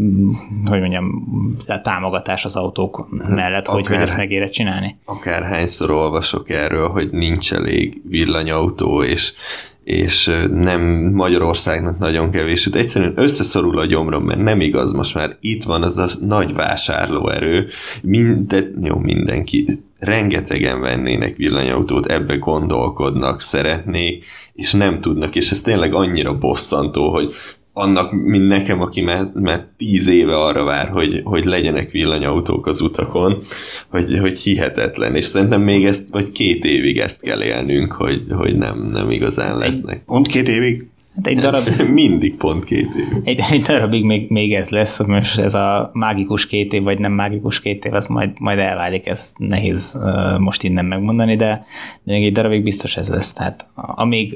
hogy mondjam, támogatás az autók mellett, akár, hogy, hogy ezt megére csinálni. Akárhányszor olvasok erről, hogy nincs elég villanyautó, és és nem Magyarországnak nagyon kevés, de egyszerűen összeszorul a gyomrom, mert nem igaz, most már itt van az a nagy vásárlóerő, Mind, jó, mindenki, rengetegen vennének villanyautót, ebbe gondolkodnak, szeretnék, és nem tudnak, és ez tényleg annyira bosszantó, hogy annak, mint nekem, aki már, már tíz éve arra vár, hogy, hogy legyenek villanyautók az utakon, hogy, hogy hihetetlen, és szerintem még ezt, vagy két évig ezt kell élnünk, hogy, hogy nem, nem igazán lesznek. Pont két évig? Hát egy darab... Mindig pont két év. Egy, egy darabig még, még ez lesz, most ez a mágikus két év, vagy nem mágikus két év, az majd, majd elválik, ez nehéz uh, most innen megmondani, de, de még egy darabig biztos ez lesz. Tehát amíg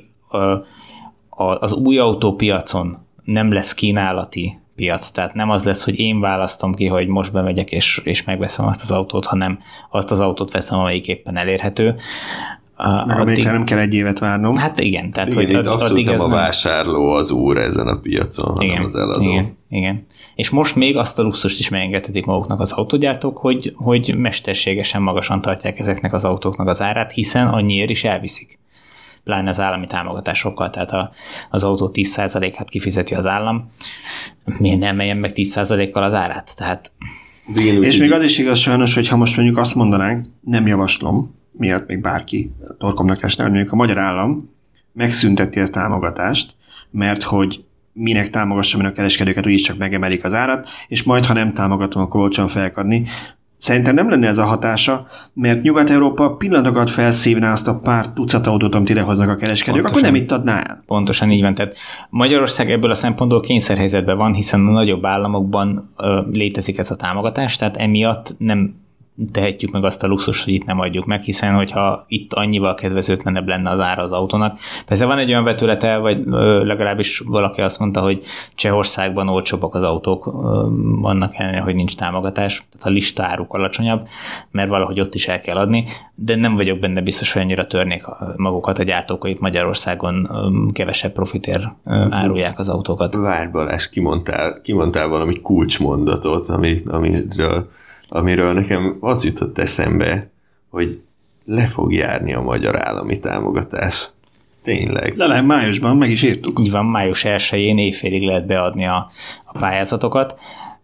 uh, az új autópiacon nem lesz kínálati piac, tehát nem az lesz, hogy én választom ki, hogy most bemegyek és, és megveszem azt az autót, hanem azt az autót veszem, amelyik éppen elérhető. Meg addig, nem kell egy évet várnom. Hát igen. Tehát, igen, hogy itt ad, abszolút nem a nem... vásárló az úr ezen a piacon, hanem igen, az eladó. Igen, igen. És most még azt a luxust is megengedhetik maguknak az autógyártók, hogy, hogy mesterségesen magasan tartják ezeknek az autóknak az árát, hiszen annyiért is elviszik. Pláne az állami támogatásokkal, tehát a, az autó tíz százalékát kifizeti az állam. Miért nem emeljen meg tíz százalékkal az árát? Tehát... És még az is igaz sajnos, hogy ha most mondjuk azt mondanánk, nem javaslom, miatt még bárki torkomnak esne, hogy mondjuk a magyar állam megszünteti ezt a támogatást, mert hogy minek támogassa, mert a kereskedőket úgyis csak megemelik az árat, és majd, ha nem támogatom, akkor olcsón felkadni. Szerintem nem lenne ez a hatása, mert Nyugat-Európa pillanatokat felszívná azt a pár tucat autót, amit idehoznak a kereskedők, pontosan, akkor nem itt adná el. Pontosan így van. Tehát Magyarország ebből a szempontból kényszerhelyzetben van, hiszen a nagyobb államokban ö, létezik ez a támogatás, tehát emiatt nem tehetjük meg azt a luxust, hogy itt nem adjuk meg, hiszen hogyha itt annyival kedvezőtlenebb lenne az ára az autónak. Persze van egy olyan vetülete, vagy legalábbis valaki azt mondta, hogy Csehországban olcsóbbak az autók, annak ellenére, hogy nincs támogatás, tehát a listáruk alacsonyabb, mert valahogy ott is el kell adni, de nem vagyok benne biztos, hogy annyira törnék magukat a gyártók, hogy itt Magyarországon kevesebb profitért árulják az autókat. Várj Balázs, kimondtál, kimondtál valami kulcsmondatot, amit, amiről amiről nekem az jutott eszembe, hogy le fog járni a magyar állami támogatás. Tényleg. De nem, májusban meg is írtuk. Így van, május elsején éjfélig lehet beadni a, a pályázatokat.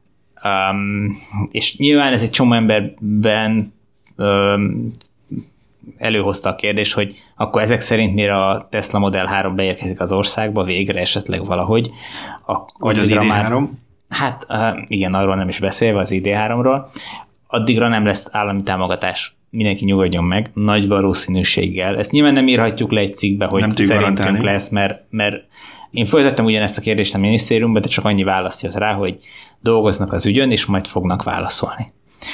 Um, és nyilván ez egy csomó emberben um, előhozta a kérdés, hogy akkor ezek szerint mire a Tesla Model három beérkezik az országba, végre esetleg valahogy. A, Vagy az I D három? Hát igen, arról nem is beszélve, az I D háromról. Addigra nem lesz állami támogatás, mindenki nyugodjon meg, nagy valószínűséggel. Ezt nyilván nem írhatjuk le egy cikkbe, hogy nem szerintünk garantálni. Lesz, mert, mert én föltettem ugyanezt a kérdést a minisztériumban, de csak annyi választ jött rá, hogy dolgoznak az ügyön, és majd fognak válaszolni.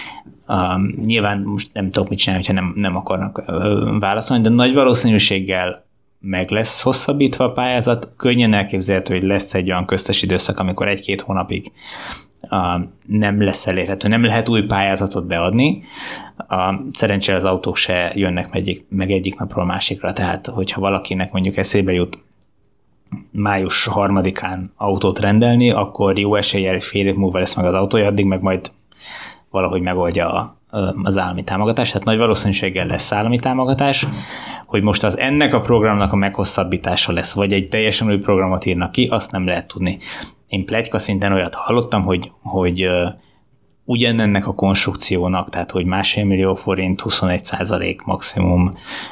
Um, nyilván most nem tudok mit csinálni, hogyha nem, nem akarnak uh, válaszolni, de nagy valószínűséggel meg lesz hosszabbítva a pályázat. Könnyen elképzelhető, hogy lesz egy olyan köztes időszak, amikor egy-két hónapig uh, nem lesz elérhető, nem lehet új pályázatot beadni. Uh, szerencsére az autók se jönnek meg egyik, meg egyik napról másikra, tehát hogyha valakinek mondjuk eszébe jut május harmadikán autót rendelni, akkor jó eséllyel fél év múlva lesz meg az autója, addig meg majd valahogy megoldja a az állami támogatás, tehát nagy valószínűséggel lesz állami támogatás, hogy most az ennek a programnak a meghosszabbítása lesz, vagy egy teljesen új programot írnak ki, azt nem lehet tudni. Én pletyka szinten olyat hallottam, hogy, hogy uh, ugyanennek a konstrukciónak, tehát hogy másfél millió forint, huszonegy százalék maximum,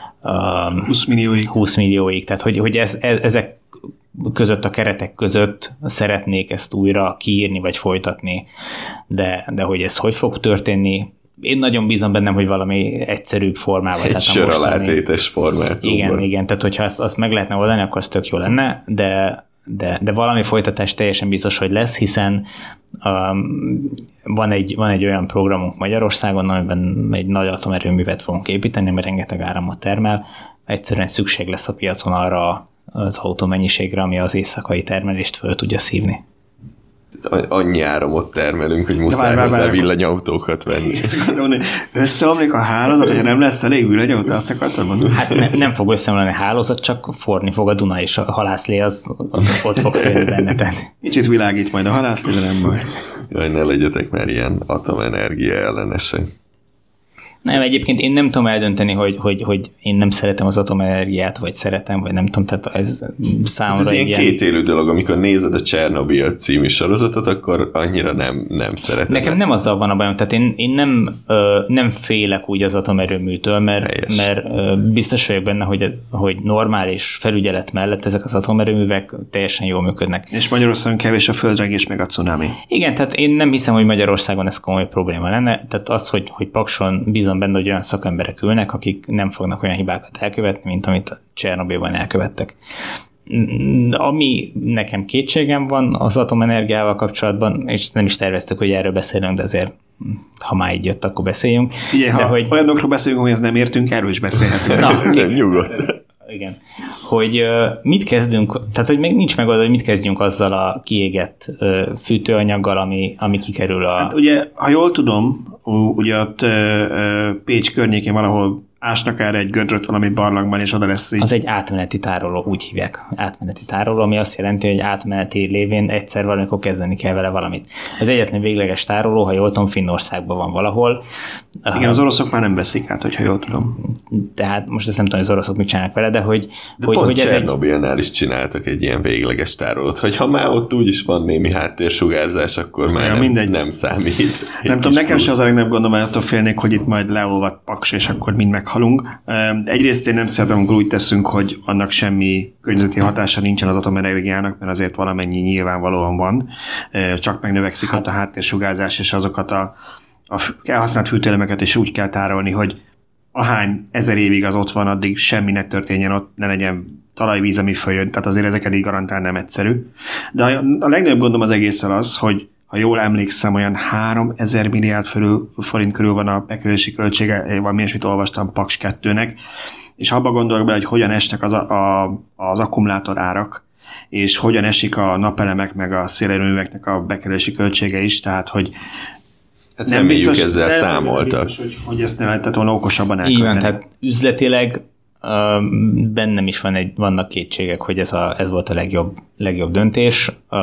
uh, húsz millióig. húsz millióig, tehát hogy, hogy ez, ez, ezek között, a keretek között szeretnék ezt újra kiírni, vagy folytatni, de, de hogy ez hogy fog történni, én nagyon bízom bennem, hogy valami egyszerűbb formával. Egy sör alátétes formát. Igen, igen, tehát hogyha azt, azt meg lehetne oldani, akkor az tök jó lenne, de, de, de valami folytatás teljesen biztos, hogy lesz, hiszen um, van, egy, van egy olyan programunk Magyarországon, amiben egy nagy atomerőművet fogunk építeni, mert rengeteg áramot termel, egyszerűen szükség lesz a piacon arra az autómennyiségre, ami az éjszakai termelést föl tudja szívni. Annyi áramot termelünk, hogy muszáj vár, hozzá villanyautókat venni. Összeomlik a hálózat, hogyha nem lesz elég villanyautó, azt akartad mondani? Hát ne, nem fog összeomlani a hálózat, csak forni fog a Duna, és a halászlé az ott fog félni benneten. Kicsit világít majd a halászlé, de nem baj. Jaj, ne legyetek már ilyen atomenergia ellenesek. Nem, egyébként én nem tudom eldönteni, hogy, hogy, hogy én nem szeretem az atomenergiát, vagy szeretem, vagy nem tudom, tehát ez számomra hát ez ilyen ilyen... kétélű dolog, amikor nézed a Csernobil című sorozatot, akkor annyira nem, nem szeretem. Nekem nem azzal van a bajom, tehát én, én nem, ö, nem félek úgy az atomerőműtől, mert, mert ö, biztos vagyok benne, hogy, hogy normális felügyelet mellett ezek az atomerőművek teljesen jól működnek. És Magyarországon kevés a földrengés meg a cunami. Igen, tehát én nem hiszem, hogy Magyarországon ez komoly probléma lenne, tehát az, hogy, hogy Pakson bízom benne, hogy olyan szakemberek ülnek, akik nem fognak olyan hibákat elkövetni, mint amit Csernobilban elkövettek. Ami nekem kétségem van az atomenergiával kapcsolatban, és nem is terveztük, hogy erről beszélünk, de azért ha már így jött, akkor beszéljünk. Igen, de ha hogy... olyanokról beszélünk, hogy ez nem értünk, erről is beszélhetünk. Na, nem, nyugodt. Igen. Hogy uh, mit kezdünk, tehát hogy még nincs megoldva, hogy mit kezdjünk azzal a kiégett uh, fűtőanyaggal, ami, ami kikerül a... Hát ugye, ha jól tudom, ugye ott uh, Pécs környékén valahol ásnak erre egy gödröt valami barlangban, és oda lesz így. Az egy átmeneti tároló, úgy hívják. Átmeneti tároló, ami azt jelenti, hogy átmeneti lévén egyszer valamikor kezdeni kell vele valamit. Az egyetlen végleges tároló, ha jól tudom, Finnországban van valahol. Igen, az oroszok már nem veszik át, hogyha jól tudom. Tehát most ezt nem tudom, hogy az oroszok mit csinálnak vele, de hogy, de hogy, pont hogy ez Csernobilnál egy... is csináltak egy ilyen végleges tárolót, hogy ha már ott úgyis van némi háttérsugárzás, akkor már ja, nem, nem számít. Nem tudom, nekem se az a legnagyobb gondom, hogy attól félnék, hogy itt majd leolvad Paks, és akkor mind meghalunk. Egyrészt én nem szeretem, amikor úgy teszünk, hogy annak semmi környezeti hatása nincsen az atomenergiának, mert azért valamennyi nyilvánvalóan van. Csak megnövekszik hát. ott a háttérsugárzás, és azokat a, a elhasznált fűtőelemeket is úgy kell tárolni, hogy ahány ezer évig az ott van, addig semmi ne történjen ott, ne legyen talajvíz, ami följön, tehát azért ezeket így garantál nem egyszerű. De a legnagyobb gondom az egészen az, hogy ha jól emlékszem, olyan háromezer milliárd fölül, forint körül van a bekerülési költsége, valami ilyesmit olvastam Paks kettőnek, és abba gondolok bele, hogy hogyan esnek az, a, a, az akkumulátor árak, és hogyan esik a napelemek, meg a szélerőműveknek a bekerülési költsége is, tehát hogy hát nem biztos, ezzel nem, számoltak. Biztos, hogy, hogy ezt nem lehetett volna okosabban elkölteni. Így van, tehát üzletileg uh, bennem is van egy, vannak kétségek, hogy ez, a, ez volt a legjobb, legjobb döntés. Uh,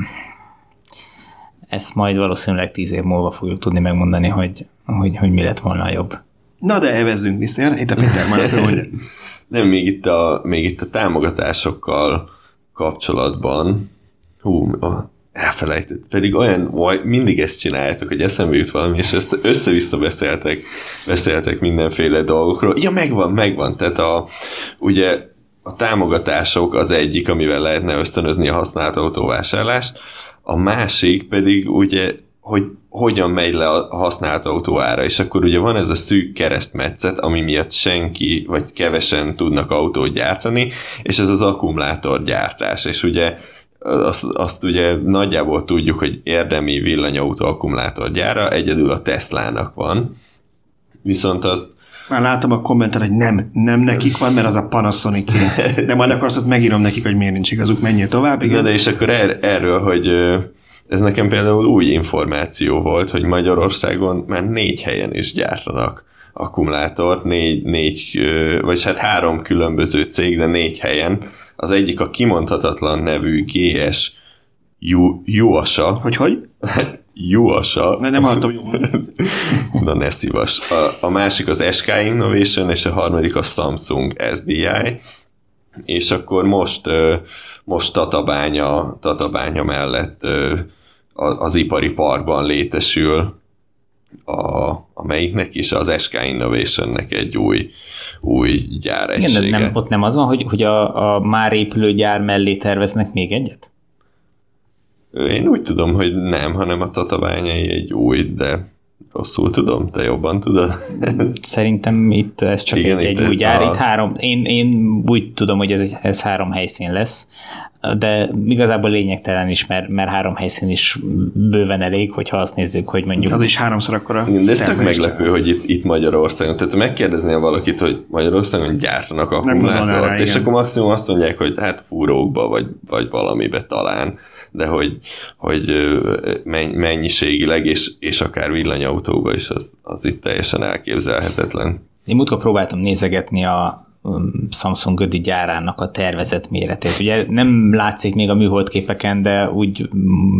ezt majd valószínűleg tíz év múlva fogjuk tudni megmondani, hogy, hogy, hogy mi lett volna a jobb. Na de evezzünk vissza, itt a Péter már mondja. Nem, még itt, a, még itt a támogatásokkal kapcsolatban, hú, elfelejtett, pedig olyan, mindig ezt csináljátok, hogy eszembe jut valami, és össze, össze-vissza beszéltek, beszéltek mindenféle dolgokról. Ja, megvan, megvan, tehát a, ugye a támogatások az egyik, amivel lehetne ösztönözni a használt autóvásárlást, a másik pedig ugye, hogy hogyan megy le a használt autó ára, és akkor ugye van ez a szűk keresztmetszet, ami miatt senki, vagy kevesen tudnak autót gyártani, és ez az akkumulátorgyártás, és ugye azt, azt ugye nagyjából tudjuk, hogy érdemi villanyautó akkumulátorgyára egyedül a Teslának van, viszont azt már látom a kommentet, hogy nem, nem nekik van, mert az a Panasonic. De majd akkor azt megírom nekik, hogy miért nincs igazuk, menjél tovább. Igen? Na de és akkor er, erről, hogy ez nekem például új információ volt, hogy Magyarországon már négy helyen is gyártanak akkumulátort, négy, négy, vagy hát három különböző cég, de négy helyen. Az egyik a kimondhatatlan nevű gé es Yuasa. Hogy hogy? Yuasa. Ne, nem hallottam jól. Na ne szívas. A, a másik az es ká Innovation, és a harmadik a Samsung es dé i, és akkor most, most Tatabánya, Tatabánya mellett az ipari parkban létesül a, a melyiknek is, az es ká Innovationnek egy új, új gyáregysége. Igen, nem, ott nem az van, hogy, hogy a, a már épülő gyár mellé terveznek még egyet? Én úgy tudom, hogy nem, hanem a Tatabányai egy új, de rosszul tudom, te jobban tudod. Szerintem itt ez csak Igen, egy, egy új gyár. A... Itt három, én, én úgy tudom, hogy ez, egy, ez három helyszín lesz, de igazából lényegtelen is, mert, mert három helyszín is bőven elég, hogyha azt nézzük, hogy mondjuk... Az is háromszor akkora. De ez tök meglepő, hogy itt, itt Magyarországon, tehát megkérdeznél valakit, hogy Magyarországon gyártanak akkumulátort, és akkor maximum azt mondják, hogy hát fúrókba, vagy, vagy valamibe talán, de hogy, hogy mennyiségileg, és, és akár villanyautóba is, az, az itt teljesen elképzelhetetlen. Én múltkor próbáltam nézegetni a Samsung Gödi gyárának a tervezett méretét. Ugye nem látszik még a műholdképeken, de úgy,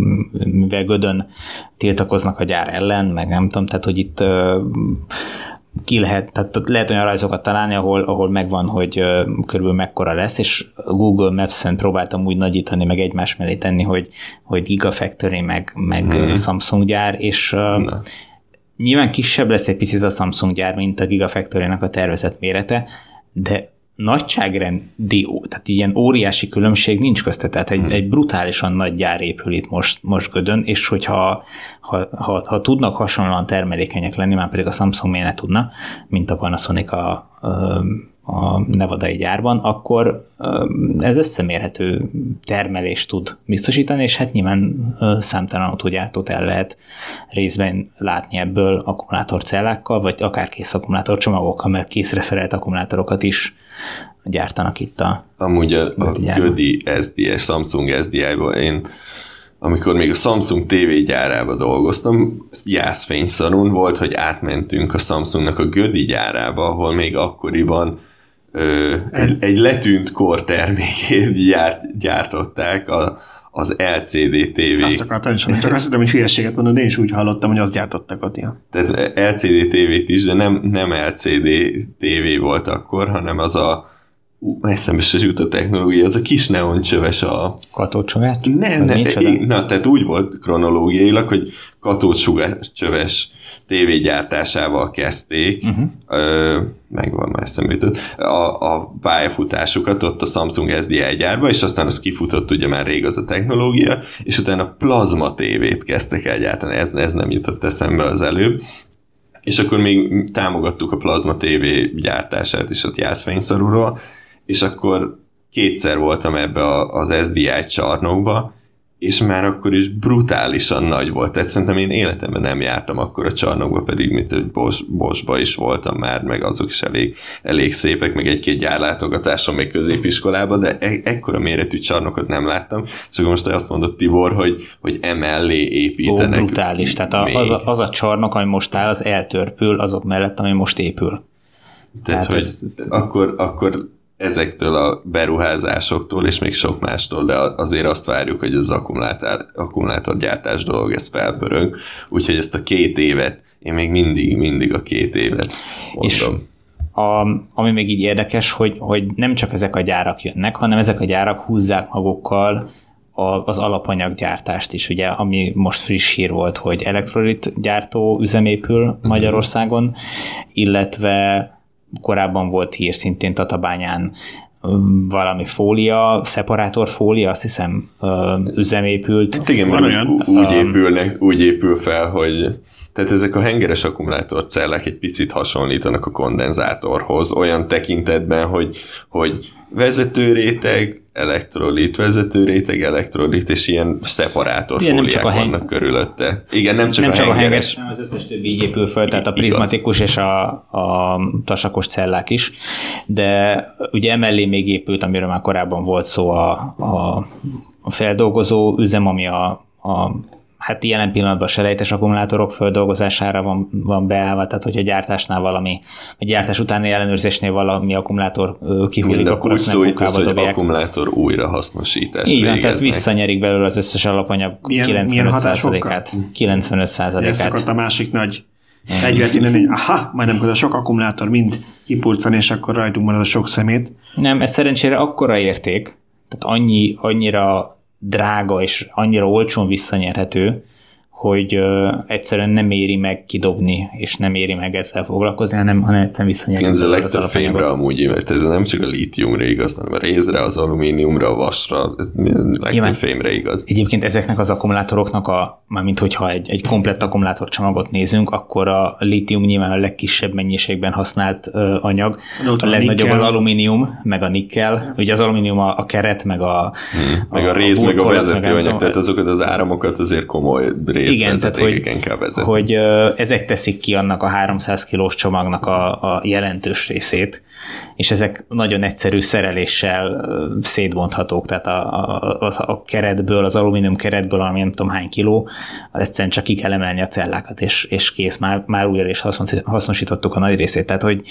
mivel Gödön tiltakoznak a gyár ellen, meg nem tudom, tehát hogy itt ki lehet, tehát lehet olyan rajzokat találni, ahol, ahol megvan, hogy uh, körülbelül mekkora lesz, és Google Maps-en próbáltam úgy nagyítani, meg egymás mellé tenni, hogy, hogy Gigafactory, meg, meg hmm. Samsung gyár, és uh, nyilván kisebb lesz egy picit a Samsung gyár, mint a Gigafactory-nak a tervezett mérete, de nagyságrendi, tehát ilyen óriási különbség nincs közte, tehát egy, hmm. egy brutálisan nagy gyár épül itt most, most Gödön, és hogyha ha, ha, ha tudnak hasonlóan termelékenyek lenni, már pedig a Samsung miért ne tudna, mint a Panasonic a, a, a nevadai gyárban, akkor ez összemérhető termelést tud biztosítani, és hát nyilván számtalan autógyártót el lehet részben látni ebből akkumulátorcellákkal, vagy akár kész akkumulátorcsomagokkal, mert készre szerelt akkumulátorokat is gyártanak itt a Amúgy a, a Gödi es dé i, Samsung es dé i-ból én amikor még a Samsung té vé gyárába dolgoztam, jászfényszarún volt, hogy átmentünk a Samsungnak a Gödi gyárába, ahol még akkoriban ö, egy, egy letűnt kor termékét gyárt, gyártották a, az el cé dé té vé. Azt akartam is, csak azt hittem, hogy hülyeséget mondod, én is úgy hallottam, hogy azt gyártottak ott ilyen. Tehát el cé dé té vét is, de nem, nem el cé dé té vé volt akkor, hanem az a eszembe se jut a technológia, az a kis neoncsöves a... Katódsugás? Nem, nem, na, tehát úgy volt kronológiailag, hogy katódsugáscsöves tévégyártásával kezdték, uh-huh. ö, megvan, már eszembe jutott, a, a pályafutásukat ott a Samsung es dé i gyárba, és aztán az kifutott ugye már rég az a technológia, és utána plazma tévét kezdtek el gyártani, ez, ez nem jutott eszembe az előbb, és akkor még támogattuk a plazma tévé gyártását is ott Jászfényszarúról, és akkor kétszer voltam ebbe az es dé i csarnokba, és már akkor is brutálisan nagy volt. Tehát szerintem én életemben nem jártam akkor a csarnokba, pedig mint hogy Bosch, Boschba is voltam már, meg azok is elég, elég szépek, meg egy-két gyárlátogatáson még középiskolában, de e- ekkora méretű csarnokot nem láttam, és akkor most azt mondott Tibor, hogy, hogy emellé építenek. Ó, brutális. Tehát a, az, a, az a csarnok, ami most áll, az eltörpül azok mellett, ami most épül. Tehát, Tehát hogy ez... akkor, akkor ezektől a beruházásoktól, és még sok mástól, de azért azt várjuk, hogy az akkumulátor, akkumulátorgyártás dolog, ez felpörög, úgyhogy ezt a két évet, én még mindig, mindig a két évet mondom. És a, ami még így érdekes, hogy, hogy nem csak ezek a gyárak jönnek, hanem ezek a gyárak húzzák magukkal a, az alapanyaggyártást is, ugye, ami most friss hír volt, hogy elektrolit gyártó üzem épül Magyarországon, uh-huh. illetve korábban volt hír szintén Tatabányán valami fólia, szeparátorfólia, azt hiszem üzem épült. Hát igen, van olyan. Úgy, épülnek, úgy épül fel, hogy tehát ezek a hengeres akkumulátorcellák egy picit hasonlítanak a kondenzátorhoz, olyan tekintetben, hogy, hogy vezetőréteg, elektrolit, vezetőréteg, elektrolit, és ilyen szeparátorfóliák vannak heng... körülötte. Igen, nem csak nem a csak hengeres. a hengeres, hanem az összes többi így épül föl, tehát a prizmatikus és a, a tasakos cellák is, de ugye emellé még épült, amiről már korábban volt szó a, a, a feldolgozó üzem, ami a, a hát jelen pillanatban selejtes akkumulátorok földolgozására van, van beállva, tehát hogyha gyártásnál valami, vagy gyártás utáni ellenőrzésnél valami akkumulátor kihullik, akkor azt nem kukába dobják. Akkumulátor újrahasznosítást így van, tehát visszanyerik belőle az összes alapanyag milyen, kilencvenöt százalékát. kilencvenöt százalékát. Ez szokott a másik nagy fegyvert innen, hogy aha, majdnem hogy a sok akkumulátor mind kipurcani, és akkor rajtunk marad a sok szemét. Nem, ez szerencsére akkora érték, tehát annyi, annyira drága és annyira olcsón visszanyerhető, hogy uh, egyszerűen nem éri meg kidobni, és nem éri meg ezzel foglalkozni, hanem, hanem egyszerűen visszanyerni. Ez a legtöbb fémre amúgy, mert ez nem csak a lítiumra igaz, hanem a rézre, az alumíniumra, a vasra, ez a legtöbb fémre igaz. Egyébként ezeknek az akkumulátoroknak, a, mármint hogyha egy, egy komplett akkumulátorcsomagot nézünk, akkor a lítium nyilván a legkisebb mennyiségben használt uh, anyag, a, a legnagyobb az alumínium, meg a nikkel, ugye az alumínium a, a keret, meg a, hmm. a meg a réz, a meg a vezetőanyag, tehát azokat az áramokat azért komoly rész. Igen, tehát hogy, hogy ezek teszik ki annak a háromszáz kilós csomagnak a, a jelentős részét, és ezek nagyon egyszerű szereléssel szétbonthatók, tehát a, a, a keretből, az alumínium keretből, ami nem tudom hány kiló, az egyszerűen csak ki kell emelni a cellákat, és, és kész, már, már újra is hasznosítottuk a nagy részét, tehát hogy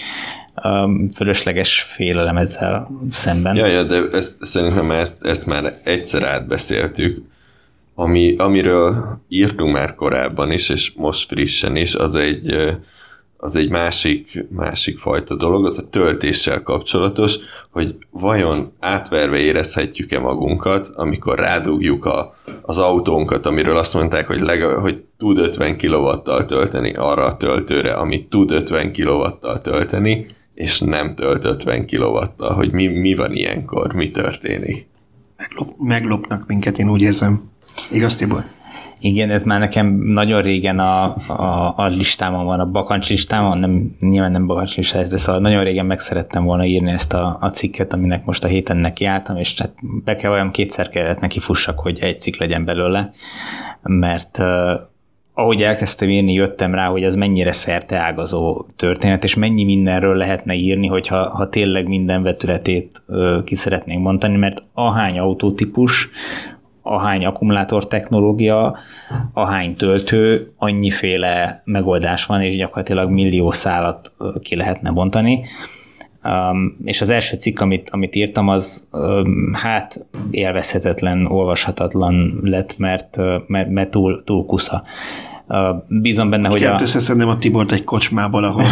um, fölösleges félelem ezzel szemben. Ja, ja, de ezt, szerintem ezt, ezt már egyszer átbeszéltük. Ami, amiről írtunk már korábban is, és most frissen is, az egy, az egy másik, másik fajta dolog, az a töltéssel kapcsolatos, hogy vajon átverve érezhetjük-e magunkat, amikor rádugjuk a, az autónkat, amiről azt mondták, hogy, legalább, hogy tud ötven kilowattal tölteni arra a töltőre, amit tud ötven kilowattal tölteni, és nem tölt ötven kilowattal, hogy mi, mi van ilyenkor, mi történik. Meglop, meglopnak minket, én úgy érzem. Igaz, Tibor? Igen, ez már nekem nagyon régen a, a, a listámon van, a bakancs listámon, nem, nyilván nem bakancs lista ez, de szóval nagyon régen meg szerettem volna írni ezt a, a cikket, aminek most a héten nekiálltam, és hát be kell olyan kétszer kellett neki fussak, hogy egy cikk legyen belőle, mert uh, ahogy elkezdtem írni, jöttem rá, hogy ez mennyire szerteágazó történet, és mennyi mindenről lehetne írni, hogyha ha tényleg minden vetületét uh, ki szeretnénk mondani, mert ahány autótípus, ahány akkumulátor technológia, ahány töltő, annyiféle megoldás van, és gyakorlatilag millió szálat ki lehetne bontani. Um, és az első cikk, amit, amit írtam, az um, hát élvezhetetlen, olvashatatlan lett, mert, mert, mert túl, túl kusza. Uh, bízom benne, hogy Kert a... összeszednem a Tibort egy kocsmából, ahol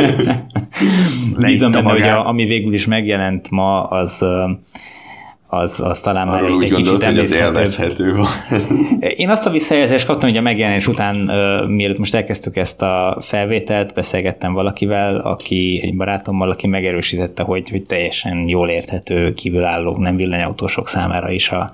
bízom benne, magát. Hogy a, ami végül is megjelent ma, az... Az, az talán már egy, egy kicsit emlékezhető. Én azt a visszajelzést kaptam, hogy a megjelenés után, uh, mielőtt most elkezdtük ezt a felvételt, beszélgettem valakivel, aki egy barátommal, aki megerősítette, hogy, hogy teljesen jól érthető kívülállók, nem villanyautósok számára is a,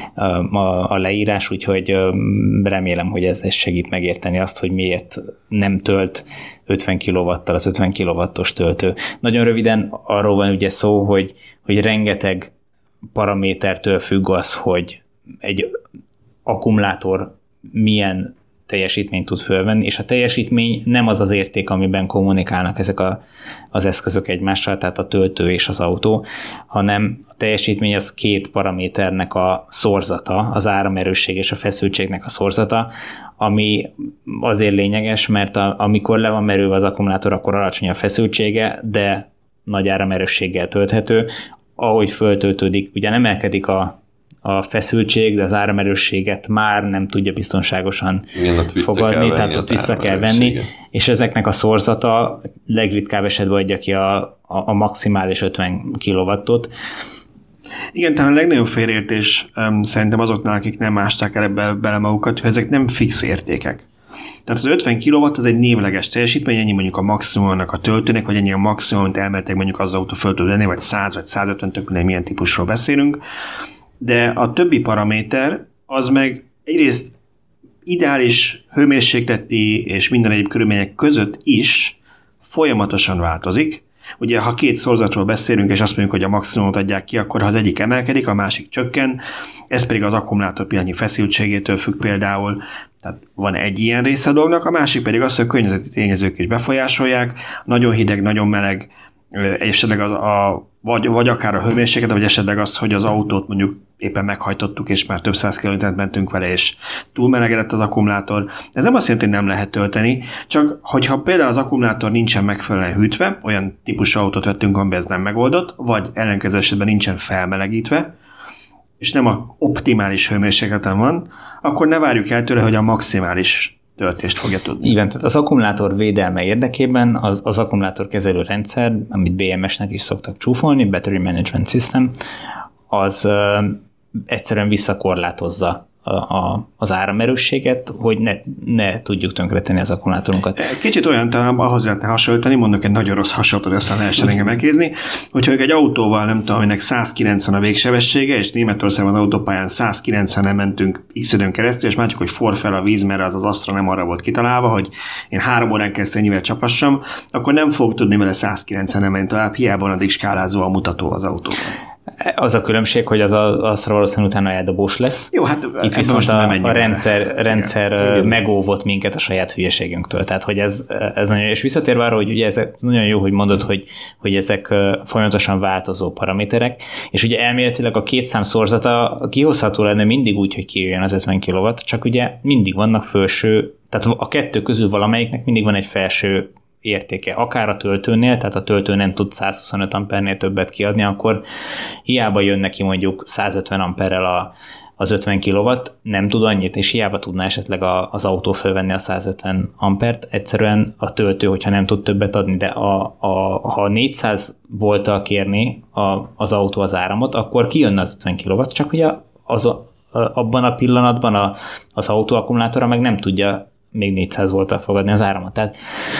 a, a leírás, úgyhogy uh, remélem, hogy ez, ez segít megérteni azt, hogy miért nem tölt ötven kilowattal az ötven kilowattos töltő. Nagyon röviden arról van ugye szó, hogy, hogy rengeteg paramétertől függ az, hogy egy akkumulátor milyen teljesítményt tud fölvenni, és a teljesítmény nem az az érték, amiben kommunikálnak ezek a, az eszközök egymással, tehát a töltő és az autó, hanem a teljesítmény az két paraméternek a szorzata, az áramerősség és a feszültségnek a szorzata, ami azért lényeges, mert a, amikor le van merülve az akkumulátor, akkor alacsony a feszültsége, de nagy áramerősséggel tölthető. Ahogy föltöltődik, ugyan emelkedik a, a feszültség, de az áramerősséget már nem tudja biztonságosan igen, fogadni, tehát ott vissza kell venni, és ezeknek a szorzata legritkább esetben adja ki a, a, a maximális ötven kilowattot. Igen, talán a legnagyobb félreértés um, szerintem azoknál, akik nem ásták el ebbe bele magukat, hogy ezek nem fix értékek. Tehát az ötven kilowatt az egy névleges teljesítmény, ennyi mondjuk a maximumnak a töltőnek, vagy ennyi a maximum, amit elmertek mondjuk az autó föltölteni, vagy száz vagy százötven, tök mindegy, milyen típusról beszélünk. De a többi paraméter az meg egyrészt ideális hőmérsékleti és minden egyéb körülmények között is folyamatosan változik. Ugye, ha két szorzatról beszélünk, és azt mondjuk, hogy a maximumot adják ki, akkor ha az egyik emelkedik, a másik csökken, ez pedig az akkumulátor pillanatnyi feszültségétől függ például, tehát van egy ilyen része a dolognak, a másik pedig az, hogy a környezeti tényezők is befolyásolják, nagyon hideg, nagyon meleg, esetleg az a, vagy, vagy akár a hőmérséklet, vagy esetleg az, hogy az autót mondjuk éppen meghajtottuk, és már több száz kilométert mentünk vele, és túlmelegedett az akkumulátor. Ez nem azt jelenti, hogy nem lehet tölteni, csak hogyha például az akkumulátor nincsen megfelelően hűtve, olyan típusú autót vettünk, amiben ez nem megoldott, vagy ellenkező esetben nincsen felmelegítve, és nem a optimális hőmérsékleten van, akkor ne várjuk el tőle, hogy a maximális töltést fogja tudni. Igen, tehát az akkumulátor védelme érdekében az, az akkumulátor kezelő rendszer, amit bé em es-nek is szoktak csúfolni, Battery Management System, az ö, egyszerűen visszakorlátozza a, a, az áramerősséget, hogy ne, ne tudjuk tönkretenni az akkumulátorunkat. Kicsit olyan talán ahhoz lehetne hasonlítani, mondok egy nagyon rossz hasonlatot, aztán lehessen engem megkézni, hogyha egy autóval, nem tudom, aminek száz kilencven a végsebessége, és Németországban az autópályán száz kilencvenen mentünk x időn keresztül, és látjuk, hogy for fel a víz, mert az az Astra nem arra volt kitalálva, hogy én három órán keresztül ennyivel csapassam, akkor nem fog tudni vele száz kilencvenen menni tovább, hiába addig skálázó a mutató az autóval. Az a különbség, hogy az a, azra valószínűleg utána eldobós lesz. Jó, hát itt viszont a, a rendszer, rendszer megóvott minket a saját hülyeségünktől. Tehát, hogy ez, ez nagyon, és visszatérve arra, hogy ugye ez nagyon jó, hogy mondod, hogy, hogy ezek folyamatosan változó paraméterek, és ugye elméletileg a két szám szorzata kihozható lenne mindig úgy, hogy kijöjjön az ötven kilowatt, csak ugye mindig vannak felső, tehát a kettő közül valamelyiknek mindig van egy felső értéke, akár a töltőnél, tehát a töltő nem tud százhuszonöt ampernél többet kiadni, akkor hiába jön neki mondjuk százötven amperrel a, az ötven kilowatt, nem tud annyit, és hiába tudná esetleg a, az autó fölvenni a százötven ampert, egyszerűen a töltő, hogyha nem tud többet adni, de a, a, ha négyszáz volttal kérni a, az autó az áramot, akkor kijönne az ötven kilowatt, csak ugye az a, abban a pillanatban a, az autóakkumulátora meg nem tudja még négyszáz volttal fogadni az áramot. Tehát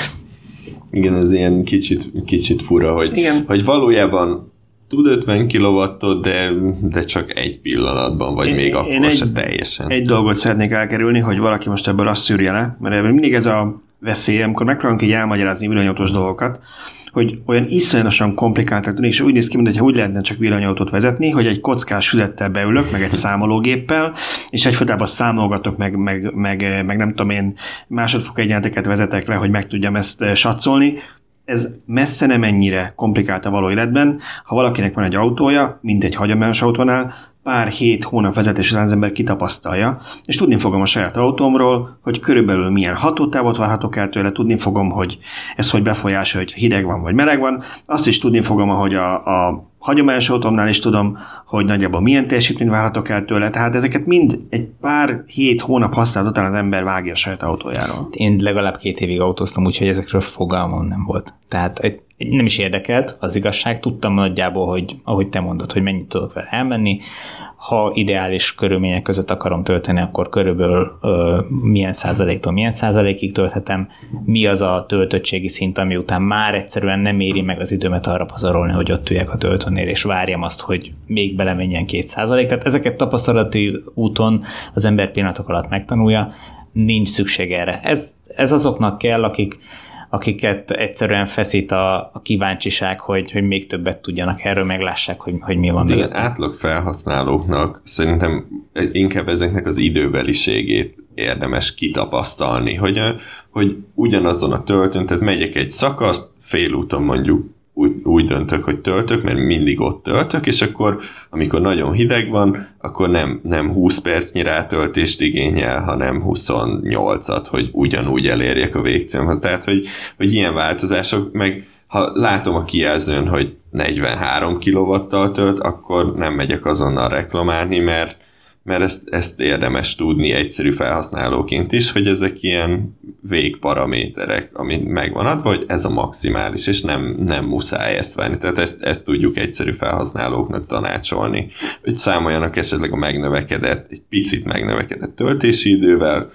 igen, ez ilyen kicsit, kicsit fura, hogy, hogy valójában tud ötven kilowattot, de, de csak egy pillanatban, vagy én, még akkor se teljesen. Egy dolgot szeretnék elkerülni, hogy valaki most ebből azt szűrje le, mert mindig ez a veszély, amikor megpróbálunk így elmagyarázni villanyautós dolgokat, hogy olyan iszonyatosan komplikáltak tűnik, és úgy néz ki, mintha úgy lehetne csak villanyautót vezetni, hogy egy kockás füzettel beülök, meg egy számológéppel, és egyfolytában számolgatok, meg, meg, meg, meg nem tudom én, másodfok egyenleteket vezetek le, hogy meg tudjam ezt satszolni. Ez messze nem ennyire komplikált a való életben. Ha valakinek van egy autója, mint egy hagyományos autónál, pár hét hónap vezetés után az ember kitapasztalja, és tudni fogom a saját autómról, hogy körülbelül milyen hatótávot várhatok el tőle, tudni fogom, hogy ez hogy befolyásolja, hogy hideg van vagy meleg van, azt is tudni fogom, hogy a, a hagyományos autómnál is tudom, hogy nagyjából milyen teljesítményt várhatok el tőle, tehát ezeket mind egy pár hét hónap használat után az ember vágja a saját autójáról. Én legalább két évig autóztam, úgyhogy ezekről fogalmam nem volt. Tehát egy, nem is érdekelt, az igazság, tudtam nagyjából, hogy ahogy te mondod, hogy mennyit tudok vele elmenni, ha ideális körülmények között akarom tölteni, akkor körülbelül ö, milyen százaléktól milyen százalékig tölthetem, mi az a töltöttségi szint, ami után már egyszerűen nem éri meg az időmet arra pazarolni, hogy ott üljek a töltőnél, és várjam azt, hogy még belemenjen két százalék. Tehát ezeket tapasztalati úton az ember pillanatok alatt megtanulja, nincs szükség erre. Ez, ez azoknak kell, akik akiket egyszerűen feszít a, a kíváncsiság, hogy, hogy még többet tudjanak erről, meglássák, hogy, hogy mi van. Igen, átlag felhasználóknak szerintem inkább ezeknek az időbeliségét érdemes kitapasztalni, hogy, hogy ugyanazon a töltőn, tehát megyek egy szakaszt, félúton mondjuk úgy, úgy döntök, hogy töltök, mert mindig ott töltök, és akkor, amikor nagyon hideg van, akkor nem, nem húsz percnyi rátöltést igényel, hanem huszonnyolcat, hogy ugyanúgy elérjek a végcélhoz. Tehát, hogy, hogy ilyen változások, meg ha látom a kijelzőn, hogy negyvenhárom kilowattal tölt, akkor nem megyek azonnal reklamálni, mert mert ezt, ezt érdemes tudni egyszerű felhasználóként is, hogy ezek ilyen végparaméterek, ami megvan adva, hogy ez a maximális, és nem, nem muszáj ezt várni. Tehát ezt, ezt tudjuk egyszerű felhasználóknak tanácsolni, hogy számoljanak esetleg a megnövekedett, egy picit megnövekedett töltési idővel,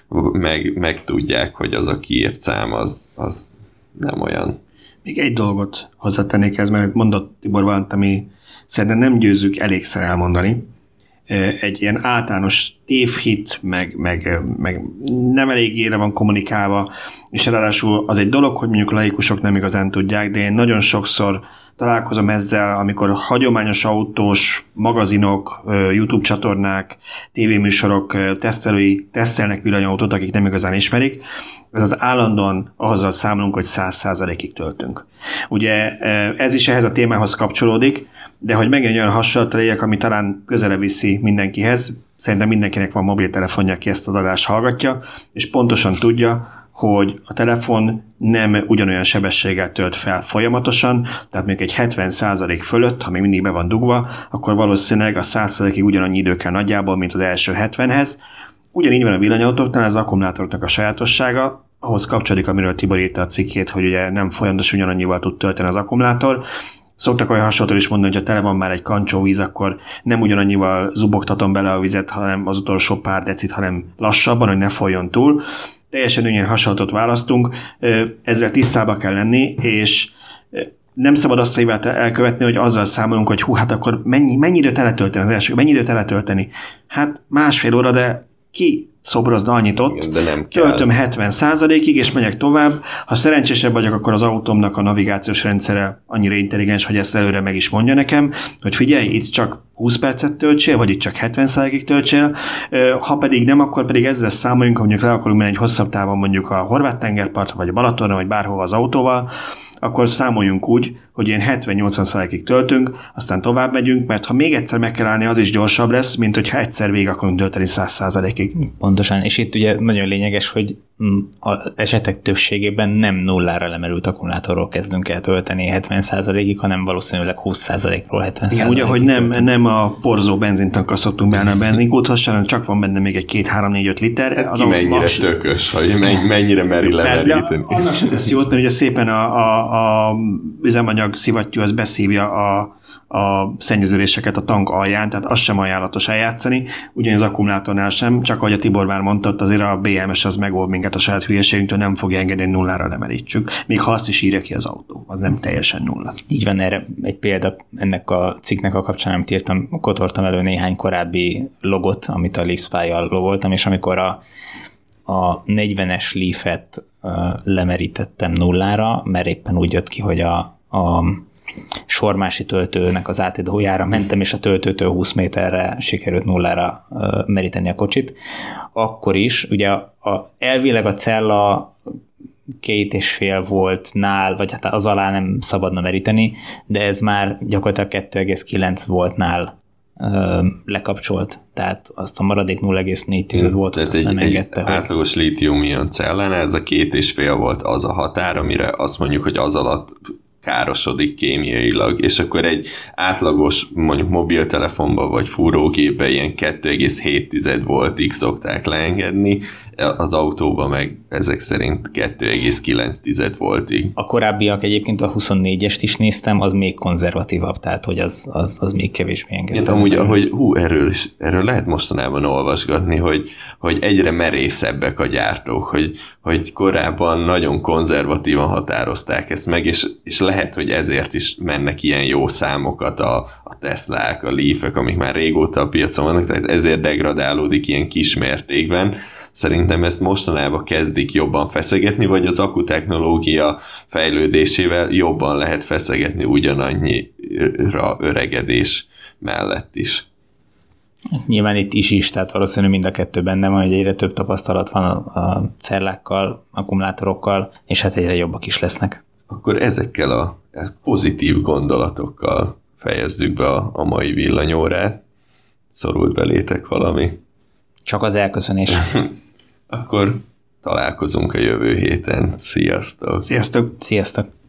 meg, meg tudják, hogy az a kiírt szám az, az nem olyan. Még egy dolgot hozzátennék ez, mert mondott Tibor valamit, ami szerintem nem győzzük elégszer elmondani. Egy ilyen általános tévhit, meg, meg, meg nem eléggére van kommunikálva, és ráadásul az egy dolog, hogy mondjuk laikusok nem igazán tudják, de én nagyon sokszor találkozom ezzel, amikor hagyományos autós magazinok, YouTube csatornák, tévéműsorok tesztelői tesztelnek villanyautót, akik nem igazán ismerik, ez az állandóan azzal számolunk, hogy száz százalékig töltünk. Ugye ez is ehhez a témához kapcsolódik, de hogy megint olyan hasonlatra éljek, ami talán közele viszi mindenkihez, szerintem mindenkinek van mobiltelefonja, aki ezt az adást hallgatja, és pontosan tudja, hogy a telefon nem ugyanolyan sebességgel tölt fel folyamatosan, tehát még egy hetven százalék fölött, ha még mindig be van dugva, akkor valószínűleg a száz százalékig ugyanannyi idő kell nagyjából, mint az első hetvenhez. Ugyanígy van a villanyautóknál, az akkumulátoroknak a sajátossága, ahhoz kapcsolódik, amiről Tibor írta a cikkét, hogy ugye nem folyamatosan ugyanannyival tud tölteni az akkumulátor. Szoktak olyan hasonlót is mondani, hogy ha tele van már egy kancsóvíz, akkor nem ugyanannyival zubogtatom bele a vizet, hanem az utolsó pár decit, hanem lassabban, hogy ne folyjon túl. Teljesen ilyen hasonlatot választunk, ezzel tisztába kell lenni, és nem szabad azt a hibát elkövetni, hogy azzal számolunk, hogy hú, hát akkor mennyi, mennyi időt eletölteni az első, mennyi időt eletölteni? Hát másfél óra, de ki szobrozna annyit ott, igen, de nem töltöm hetven százalékig, és megyek tovább. Ha szerencsésebb vagyok, akkor az autómnak a navigációs rendszere annyira intelligens, hogy ezt előre meg is mondja nekem, hogy figyelj, itt csak húsz percet töltsél, vagy itt csak hetven százalékig töltsél. Ha pedig nem, akkor pedig ezzel számoljunk, ha mondjuk le akarunk menni egy hosszabb távon mondjuk a Horvát-tengerpartra, vagy a Balatonra, vagy bárhova az autóval, akkor számoljunk úgy, hogy ilyen hetven-nyolcvan százalékig töltünk, aztán tovább megyünk, mert ha még egyszer meg kell állni, az is gyorsabb lesz, mint hogyha egyszer végig akarunk tölteni száz százalékig. Pontosan, és itt ugye nagyon lényeges, hogy az esetek többségében nem nullára lemerült akkumulátorról kezdünk el tölteni hetven százalékig, hanem valószínűleg húsz százalékról hetven százalékig. Igen, ugye, hogy nem, nem a porzó benzintankkal szoktunk beállni a benzinkúthoz, hanem csak van benne még egy két három négy öt liter. Hát ki mennyire vas... tökös, hogy mennyire meri lemeríteni. Annak se tesz jót, mert ugye szépen a, a, a üzemanyag szivattyú az beszívja a a szennyeződéseket a tank alján, tehát az sem ajánlatos eljátszani, ugyanis az akkumulátornál sem, csak ahogy a Tibor már mondta, azért a bé em es az megold minket a saját hülyeségünktől, nem fogja engedni, hogy nullára lemerítsük, még ha azt is írja ki az autó, az nem teljesen nulla. Így van, erre egy példa ennek a cikknek a kapcsán, amit írtam, kotortam elő néhány korábbi logot, amit a Leafspy-jal logoltam, és amikor a, a negyvenes Leaf-et uh, lemerítettem nullára, mert éppen úgy jött ki, hogy a, a sormási töltőnek az átidójára mentem, és a töltőtől húsz méterre sikerült nullára uh, meríteni a kocsit. Akkor is, ugye a, a, elvileg a cella két és fél voltnál, vagy hát az alá nem szabadna meríteni, de ez már gyakorlatilag kettő egész kilenc voltnál uh, lekapcsolt. Tehát azt a maradék nulla egész négy voltot azt egy, nem engedte. Egy hogy... átlagos lítium-ion cellán ez a két és fél volt az a határ, amire azt mondjuk, hogy az alatt károsodik kémiailag, és akkor egy átlagos, mondjuk mobiltelefonban vagy fúrógépben ilyen kettő egész hét voltig szokták leengedni, az autóban meg ezek szerint kettő egész kilenc voltig. A korábbiak egyébként a huszonnégyest is néztem, az még konzervatívabb, tehát hogy az, az, az még kevésbé engedett. Igen, amúgy, ahogy, hú, erről, is, erről lehet mostanában olvasgatni, hogy, hogy egyre merészebbek a gyártók, hogy, hogy korábban nagyon konzervatívan határozták ezt meg, és, és lehet, hogy ezért is mennek ilyen jó számokat a, a Teslák, a Leafek, amik már régóta a piacon vannak, tehát ezért degradálódik ilyen kismértékben. Szerintem ezt mostanában kezdik jobban feszegetni, vagy az akkutechnológia fejlődésével jobban lehet feszegetni ugyanannyira öregedés mellett is. Nyilván itt is is, tehát valószínű mind a kettő benne van, hogy egyre több tapasztalat van a, a cellákkal, akkumulátorokkal, és hát egyre jobbak is lesznek. Akkor ezekkel a pozitív gondolatokkal fejezzük be a, a mai villanyórát. Szorult belétek valami? Csak az elköszönés. Akkor találkozunk a jövő héten. Sziasztok! Sziasztok! Sziasztok!